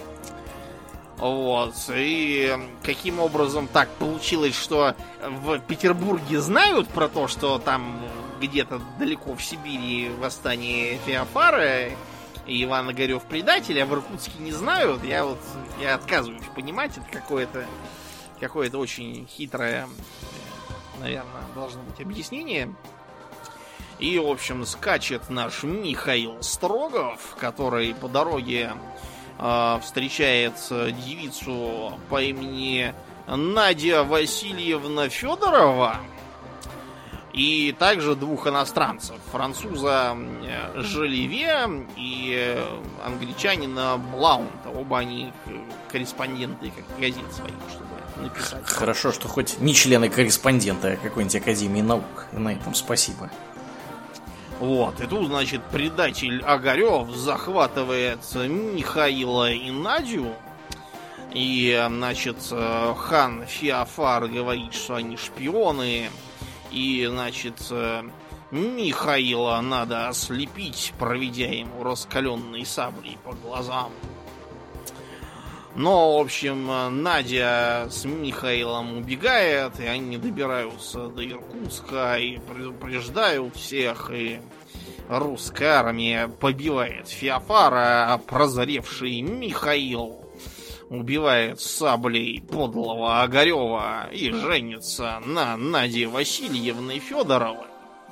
Вот. И каким образом так получилось, что в Петербурге знают про то, что там где-то далеко в Сибири восстание Феофара и Иван Огарев предатель, а в Иркутске не знают. Я отказываюсь понимать, это какое-то очень хитрое, наверное, должно быть объяснение. И, в общем, скачет наш Михаил Строгов, который по дороге встречает девицу по имени Надя Васильевна Федорова и также двух иностранцев, француза Жолеве и англичанина Блаунта. Оба они корреспонденты газет своих, чтобы написать. Хорошо, что хоть не члены-корреспонденты какой-нибудь Академии наук. И на этом спасибо. Вот, и тут, значит, предатель Огарев захватывает Михаила и Надю. И, значит, хан Феофар говорит, что они шпионы. И, значит, Михаила надо ослепить, проведя ему раскаленной саблей по глазам. Но, в общем, Надя с Михаилом убегает, и они добираются до Иркутска и предупреждают всех, и русская армия побивает Феофара, а прозревший Михаил убивает саблей подлого Огарева и женится на Наде Васильевне Федоровой.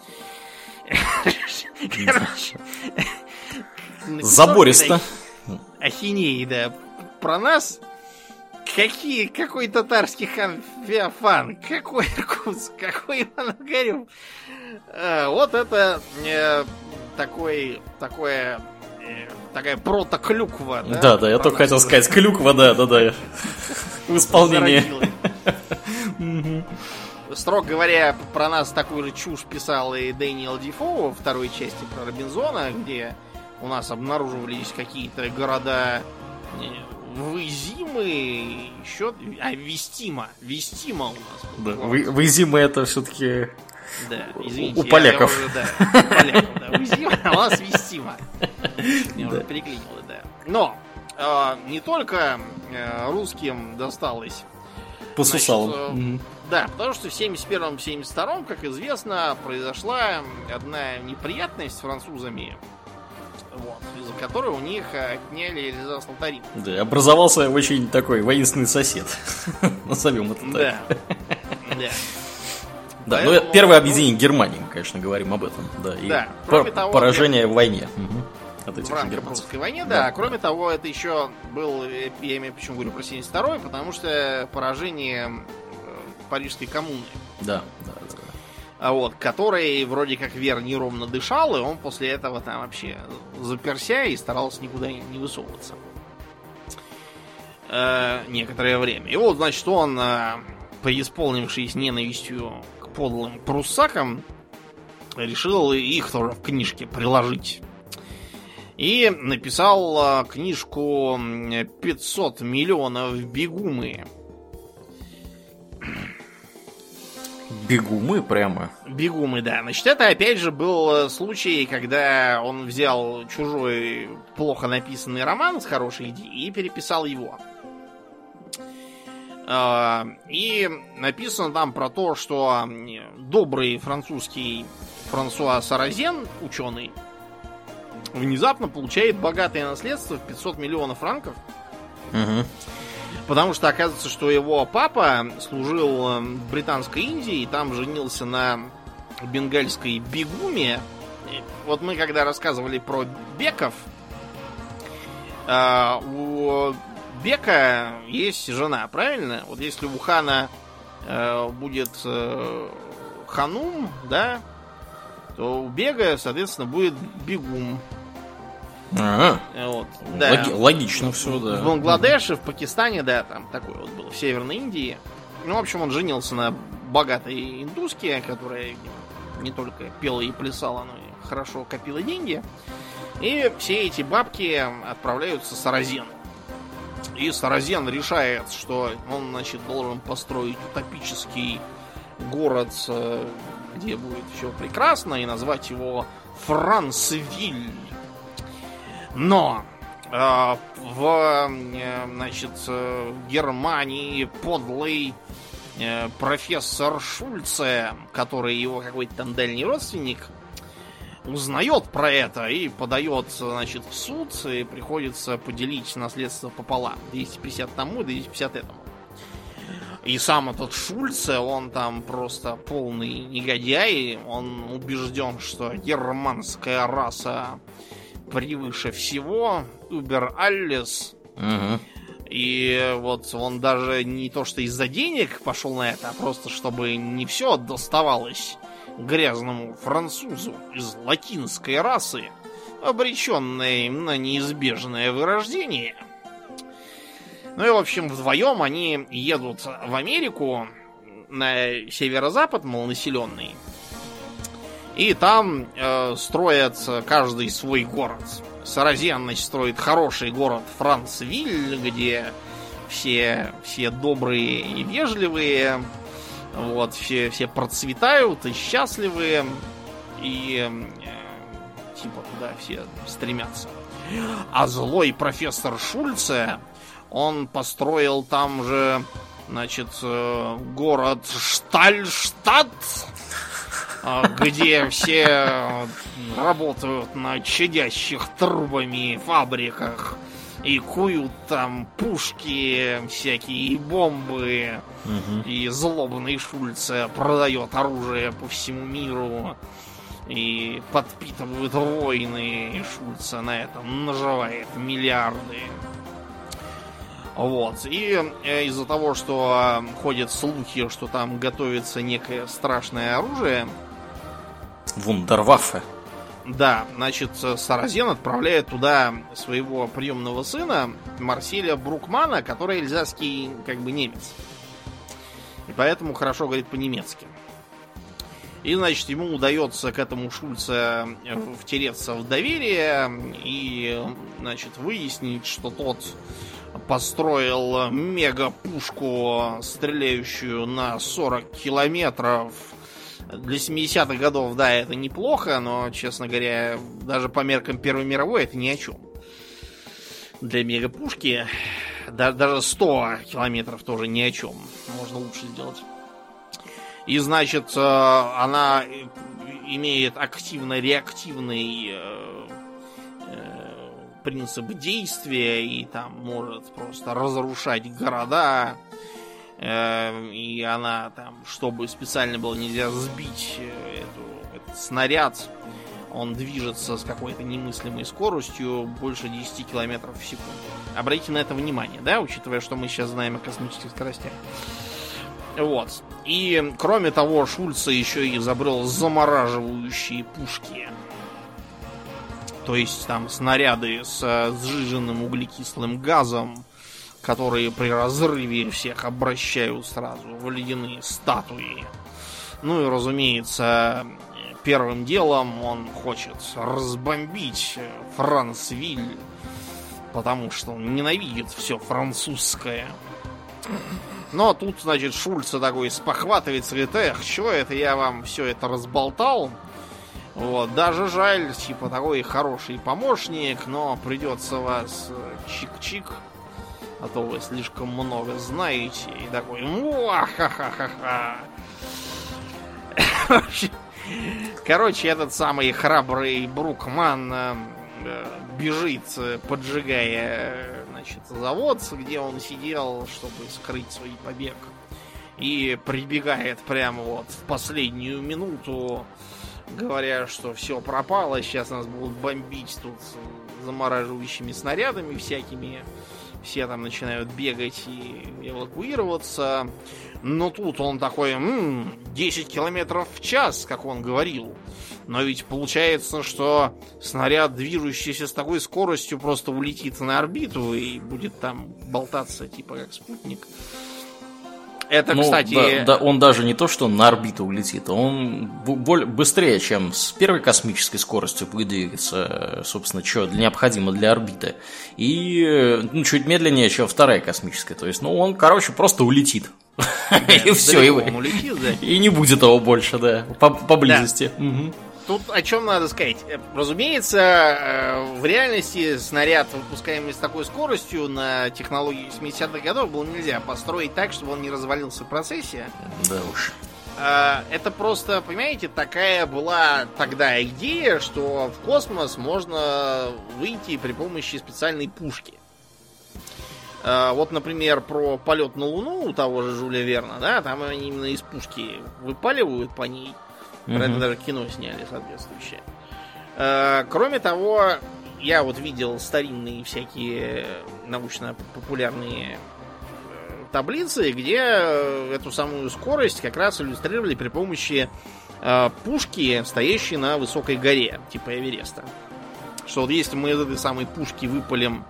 Забористо. Ахинеи, да. Про нас какой татарский хан Феофан, какой Иркутск, какой Иван Огарев. Вот это такая протоклюква, да? Да, я только хотел сказать, клюква, да. в исполнении. Строго говоря, про нас такую же чушь писал и Дэниел Дефо во второй части про Робинзона, где у нас обнаруживались какие-то города Визимы, еще... Вестима. Вестима у нас. Да, Визима это все-таки... Да, извините. У поляков. У поляков, да. Визима, а у нас Вестима. Меня уже переклинило, да. Но не только русским досталось. По сусалам. Да, потому что в 71-72, как известно, произошла одна неприятность с французами, вот, из-за которой у них отняли Эльзас Лотарингию. Да, образовался очень такой воинственный сосед. Назовем это так. Да. Да, но это первое объединение Германии, мы, конечно, говорим об этом. Да, и поражение в войне. От этих в рамках Русской войне, да. Кроме того, это еще был, я имею почему говорю про 72-й, потому что поражение Парижской коммуны. Да. Вот, который вроде как Вер неровно дышал, и он после этого там вообще заперся и старался никуда не высовываться. Некоторое время. И вот, значит, он, преисполнившись ненавистью к подлым пруссакам, решил их тоже в книжке приложить. И написал книжку «500 миллионов бегумы». Бегумы прямо? Бегумы, да. Значит, это опять же был случай, когда он взял чужой плохо написанный роман с хорошей идеей и переписал его. И написано там про то, что добрый французский Франсуа Саразен, ученый, внезапно получает богатое наследство в 500 миллионов франков. Угу. Потому что оказывается, что его папа служил в Британской Индии и там женился на бенгальской бегуме. Вот мы когда рассказывали про беков, у бека есть жена, правильно? Вот если у хана будет ханум, да, то у бега, соответственно, будет бегум. Вот, да. Логично все, да. В Бангладеше, в Пакистане, да, там такой вот был, в Северной Индии. Ну, в общем, он женился на богатой индуске, которая не только пела и плясала, но и хорошо копила деньги. И все эти бабки отправляются Саразену. И Саразен решает, что он, значит, должен построить утопический город, где будет все прекрасно, и назвать его Франсвиль. Но значит, в Германии подлый профессор Шульце, который его какой-то там дальний родственник, узнает про это и подает, значит, в суд, и приходится поделить наследство пополам. 250 тому, 250 этому. И сам этот Шульце, он там просто полный негодяй. Он убежден, что германская раса превыше всего. Убер Аллес. Угу. И вот он даже не то что из-за денег пошел на это, а просто чтобы не все доставалось грязному французу из латинской расы, обреченной на неизбежное вырождение. Ну и, в общем, вдвоем они едут в Америку, на северо-запад, малонаселенный. И там строят каждый свой город. Саразен, значит, строит хороший город Франсвиль, где все добрые и вежливые, вот, все процветают и счастливые, и типа туда все стремятся. А злой профессор Шульце, он построил там же, значит, город Штальштадт, где все работают на чадящих трубами фабриках и куют там пушки всякие и бомбы. Угу. И злобный Шульце продает оружие по всему миру и подпитывают войны. И Шульце на этом наживает миллиарды. Вот. И из-за того, что ходят слухи, что там готовится некое страшное оружие, Вундерваффе. Да, значит, Саразен отправляет туда своего приемного сына Марселя Брукмана, который эльзасский как бы немец. И поэтому хорошо говорит по-немецки. И, значит, ему удается к этому Шульце втереться в доверие и, значит, выяснить, что тот построил мега-пушку, стреляющую на 40 километров. Для 70-х годов, да, это неплохо, но, честно говоря, даже по меркам Первой мировой это ни о чем. Для мегапушки даже 100 километров тоже ни о чем. Можно лучше сделать. И, значит, она имеет активно-реактивный принцип действия и там может просто разрушать города. И она там, чтобы специально было нельзя сбить этот снаряд, он движется с какой-то немыслимой скоростью больше 10 километров в секунду. Обратите на это внимание, да, учитывая, что мы сейчас знаем о космических скоростях. Вот. И, кроме того, Шульце еще и изобрел замораживающие пушки. То есть там снаряды с сжиженным углекислым газом, которые при разрыве всех обращают сразу в ледяные статуи. Ну и, разумеется, первым делом он хочет разбомбить Франсвиль, потому что он ненавидит все французское. Но тут, значит, Шульце такой спохватывается, говорит: эх, чё это я вам все это разболтал? Вот, даже жаль, типа, такой хороший помощник, но придется вас чик-чик, а то вы слишком много знаете. И такой: ха-ха-ха-ха. Короче, этот самый храбрый Брукман бежит, поджигая, значит, завод, где он сидел, чтобы скрыть свой побег. И прибегает прямо вот в последнюю минуту, говоря, что все пропало, сейчас нас будут бомбить тут замораживающими снарядами всякими. Все там начинают бегать и эвакуироваться. Но тут он такой: 10 километров в час, как он говорил. Но ведь получается, что снаряд, движущийся с такой скоростью, просто улетит на орбиту и будет там болтаться, типа как спутник. Это, ну, кстати... Да, он даже не то, что на орбиту улетит, он быстрее, чем с первой космической скоростью будет двигаться, собственно, что необходимо для орбиты. И чуть медленнее, чем вторая космическая. То есть, он, короче, просто улетит. И все, и не будет его больше, да, поблизости. Тут о чем надо сказать. Разумеется, в реальности снаряд, выпускаемый с такой скоростью на технологии 70-х годов, было нельзя построить так, чтобы он не развалился в процессе. Да уж. Это просто, понимаете, такая была тогда идея, что в космос можно выйти при помощи специальной пушки. Вот, например, про полет на Луну у того же Жюля Верна, да, там они именно из пушки выпаливают по ней. Про это даже кино сняли соответствующее. Кроме того, я вот видел старинные всякие научно-популярные таблицы, где эту самую скорость как раз иллюстрировали при помощи пушки, стоящей на высокой горе, типа Эвереста. Что вот если мы из этой самой пушки выпалим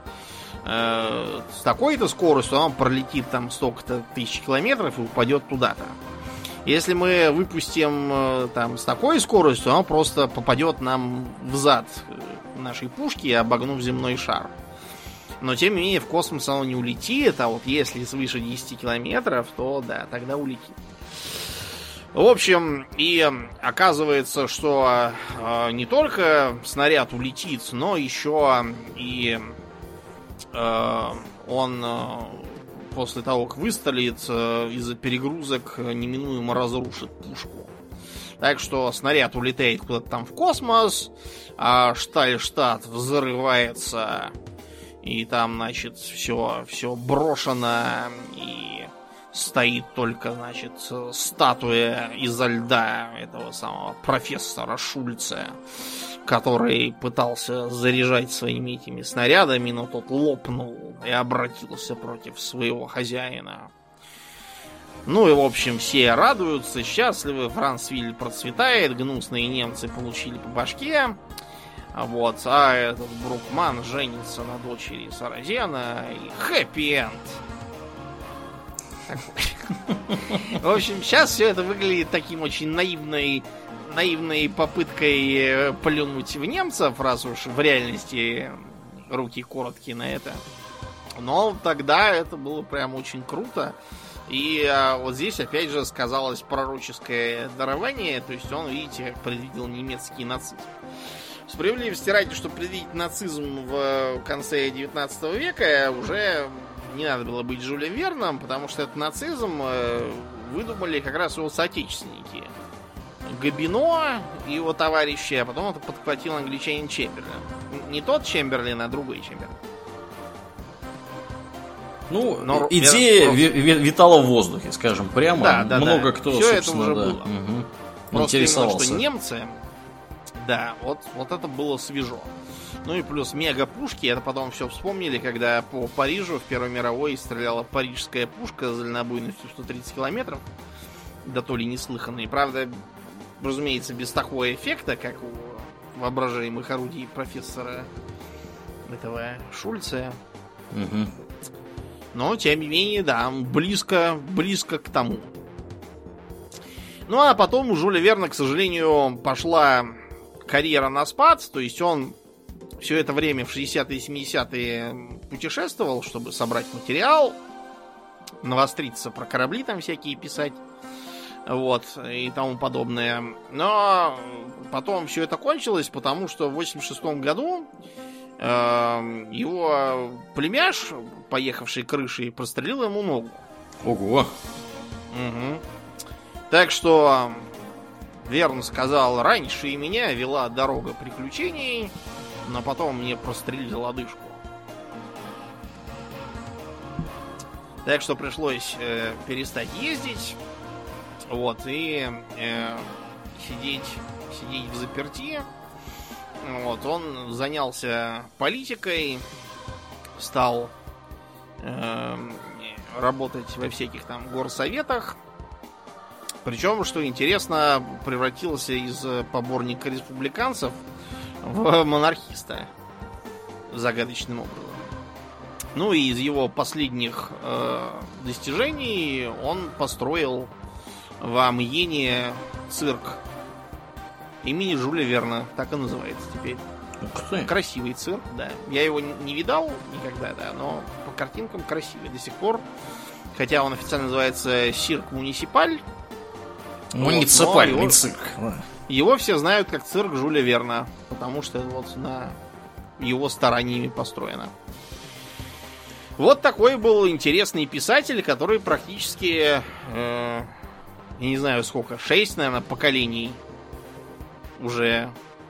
с такой-то скоростью, она пролетит там столько-то тысяч километров и упадет туда-то. Если мы выпустим там с такой скоростью, он просто попадет нам в зад нашей пушки, обогнув земной шар. Но тем не менее в космос оно не улетит, а вот если свыше 10 километров, то да, тогда улетит. В общем, и оказывается, что не только снаряд улетит, но еще и он... после того, как выстрелит, из-за перегрузок неминуемо разрушит пушку. Так что снаряд улетает куда-то там в космос, а Штальштадт взрывается, и там, значит, все брошено, и стоит только, значит, статуя изо льда этого самого профессора Шульца, который пытался заряжать своими этими снарядами, но тот лопнул и обратился против своего хозяина. Ну и, в общем, все радуются, счастливы, Францвиль процветает, гнусные немцы получили по башке. Вот, а этот Брукман женится на дочери Саразена, и хэппи-энд. В общем, сейчас все это выглядит таким очень наивной попыткой плюнуть в немцев, раз уж в реальности руки короткие на это. Но тогда это было прям очень круто. И вот здесь опять же сказалось пророческое дарование, то есть он, видите, как предвидел немецкий нацизм. Справедливости ради, что предвидеть нацизм в конце 19 века уже не надо было быть Жюлем Верном, потому что этот нацизм выдумали как раз его соотечественники. Габино и его товарищи, а потом это подхватил англичанин Чемберлен. Не тот Чемберлен, а другой Чемберлен. Ну, но идея витала в воздухе, скажем прямо. Да, много кто, все собственно, это уже было. Просто интересовался. именно, что немцы, да, вот это было свежо. Ну и плюс мега-пушки, это потом все вспомнили, когда по Парижу в Первой мировой стреляла парижская пушка с дальнобойностью 130 километров. Да то ли неслыханные. Правда, разумеется, без такого эффекта, как у воображаемых орудий профессора этого Шульца. Угу. Но, тем не менее, да, близко к тому. Ну, а потом у Жюля Верна, к сожалению, пошла карьера на спад. То есть он все это время в 60-е и 70-е путешествовал, чтобы собрать материал, навостриться про корабли там всякие писать, вот, и тому подобное. Но потом все это кончилось, потому что в 86-м году его племяш, поехавший крышей, прострелил ему ногу. Ого! Угу. Так что Верн сказал: раньше и меня вела дорога приключений, но потом мне прострелили лодыжку. Так что пришлось перестать ездить, вот, и сидеть взаперти. Вот, он занялся политикой, стал работать во всяких там горсоветах. Причем, что интересно, превратился из поборника республиканцев в монархиста загадочным образом. Ну и из его последних достижений он построил в Амьене цирк имени Жюля Верна, так и называется теперь. Красивый цирк, да. Я его не видал никогда, да, но по картинкам красивый до сих пор. Хотя он официально называется Цирк Муниципаль. Муниципальный цирк. Его все знают как цирк Жюля Верна, потому что вот на его стараниями построено. Вот такой был интересный писатель, который практически, я не знаю сколько, 6, наверное, поколений уже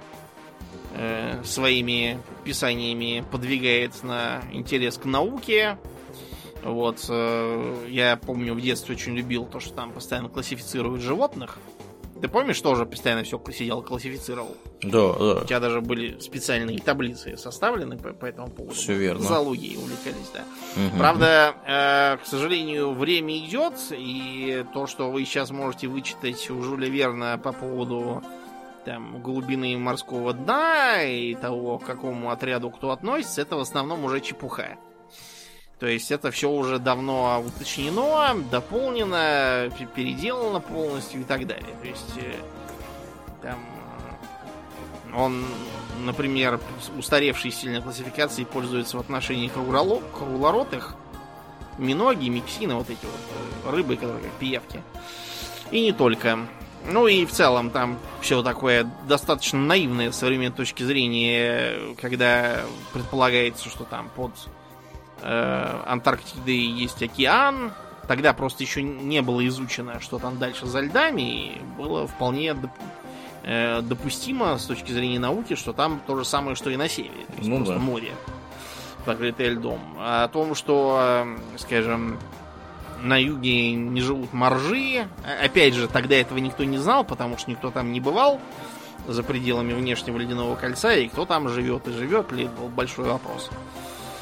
своими писаниями подвигает на интерес к науке. Вот, я помню, в детстве очень любил то, что там постоянно классифицируют животных. Ты помнишь, тоже постоянно все сидел, классифицировал? Да, да. У тебя даже были специальные таблицы составлены по этому поводу. Все верно. Зоологией увлекались, да. Угу. Правда, к сожалению, время идет, и то, что вы сейчас можете вычитать у Жюля Верна по поводу там глубины морского дна и того, к какому отряду кто относится, это в основном уже чепуха. То есть это все уже давно уточнено, дополнено, переделано полностью и так далее. То есть там он, например, устаревшей сильной классификацией пользуется в отношении круглоротых, миноги, миксины, вот эти вот рыбы, которые как пиявки. И не только. Ну и в целом там все такое достаточно наивное с современной точки зрения, когда предполагается, что там под Антарктидой есть океан. Тогда просто еще не было изучено, что там дальше за льдами, и было вполне допустимо с точки зрения науки, что там то же самое, что и на севере. То есть просто море, покрытое льдом. А о том, что, скажем, на юге не живут моржи, опять же, тогда этого никто не знал, потому что никто там не бывал за пределами внешнего ледяного кольца, и кто там живет и живет ли, был большой вопрос.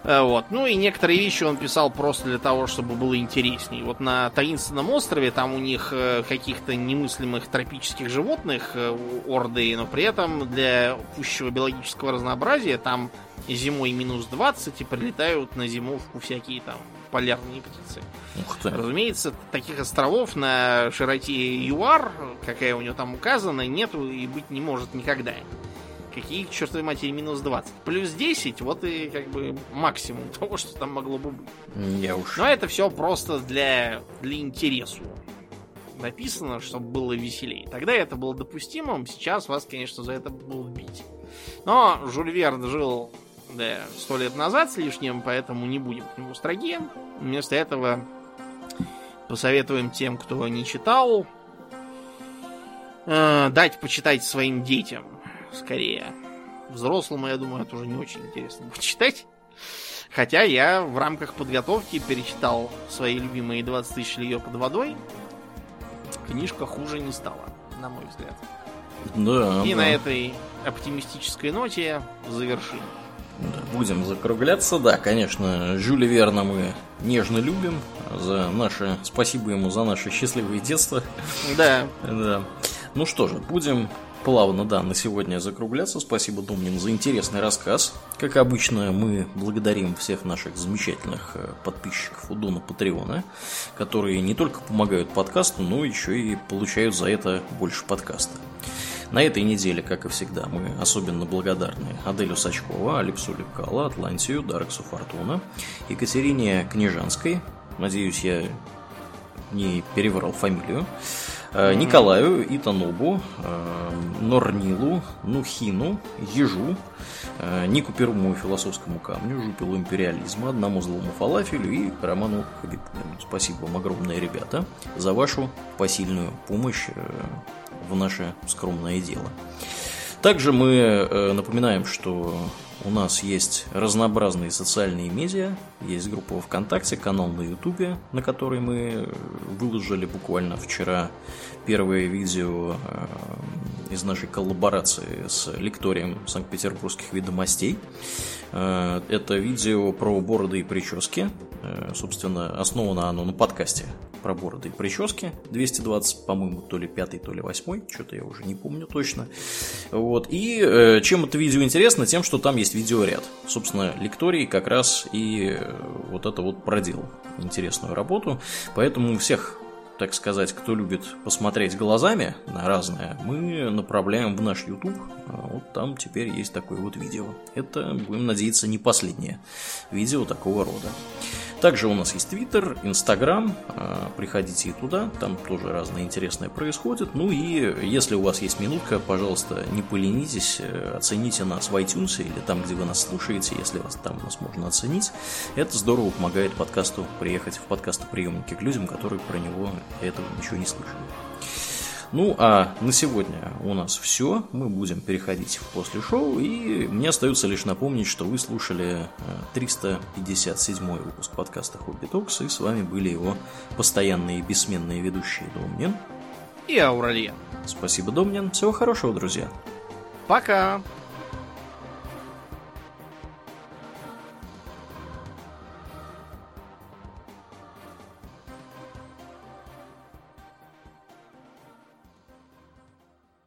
Вот. Ну и некоторые вещи он писал просто для того, чтобы было интересней. Вот на Таинственном острове там у них каких-то немыслимых тропических животных орды, но при этом для пущего биологического разнообразия там зимой минус 20 и прилетают на зимовку всякие там полярные птицы. Ух ты. Разумеется, таких островов на широте ЮАР, какая у него там указана, нету и быть не может никогда. Какие, к чертовой матери, минус 20? Плюс 10, вот и как бы максимум того, что там могло бы быть. Я уж. Но это все просто для интересу написано, чтобы было веселее. Тогда это было допустимым, сейчас вас, конечно, за это будут бить. Но Жюль Верн жил 100 лет назад с лишним, поэтому не будем к нему строги. Вместо этого посоветуем тем, кто не читал, дать почитать своим детям. Скорее. Взрослому, я думаю, это уже не очень интересно будет читать. Хотя я в рамках подготовки перечитал свои любимые 20 тысяч лье под водой. Книжка хуже не стала, на мой взгляд. Да. И на этой оптимистической ноте завершим. Да, будем закругляться. Да, конечно, Жюля Верна мы нежно любим. Спасибо ему за наше счастливое детство. Да. Да. Ну что же, будем плавно, на сегодня закругляться. Спасибо, Домнин, за интересный рассказ. Как обычно, мы благодарим всех наших замечательных подписчиков у Дона Патреона, которые не только помогают подкасту, но еще и получают за это больше подкаста. На этой неделе, как и всегда, мы особенно благодарны Аделю Сачкова, Алексу Лекала, Атлантию, Дарксу Фортуна, Екатерине Княжанской, надеюсь, я не переврал фамилию, Николаю, Итанобу, Норнилу, Нухину, Ежу, Нику Первому Философскому камню, Жупилу Империализма, Одному Злому Фалафелю и Роману Хабибулину. Спасибо вам огромное, ребята, за вашу посильную помощь в наше скромное дело. Также мы напоминаем, что у нас есть разнообразные социальные медиа, есть группа во ВКонтакте, канал на Ютубе, на который мы выложили буквально вчера первое видео из нашей коллаборации с лекторием Санкт-Петербургских ведомостей. Это видео про бороды и прически. Собственно, основано оно на подкасте про бороды и прически. 220, по-моему, то ли 5-й, то ли 8-й. Что-то я уже не помню точно. Вот. И чем это видео интересно? Тем, что там есть видеоряд. Собственно, лекторий как раз и вот это вот проделал интересную работу. Поэтому всех, так сказать, кто любит посмотреть глазами на разное, мы направляем в наш YouTube. Вот там теперь есть такое вот видео. Это, будем надеяться, не последнее видео такого рода. Также у нас есть Twitter, Instagram, приходите и туда, там тоже разное интересное происходит. Ну и если у вас есть минутка, пожалуйста, не поленитесь, оцените нас в iTunes или там, где вы нас слушаете, если вас там нас можно оценить. Это здорово помогает подкасту приехать в подкастоприемники к людям, которые про него этого ничего не слышали. Ну, а на сегодня у нас все. Мы будем переходить в после шоу. И мне остается лишь напомнить, что вы слушали 357-й выпуск подкаста Хобби Токс. И с вами были его постоянные и бессменные ведущие Домнин и Ауралиен. Спасибо, Домнин. Всего хорошего, друзья. Пока.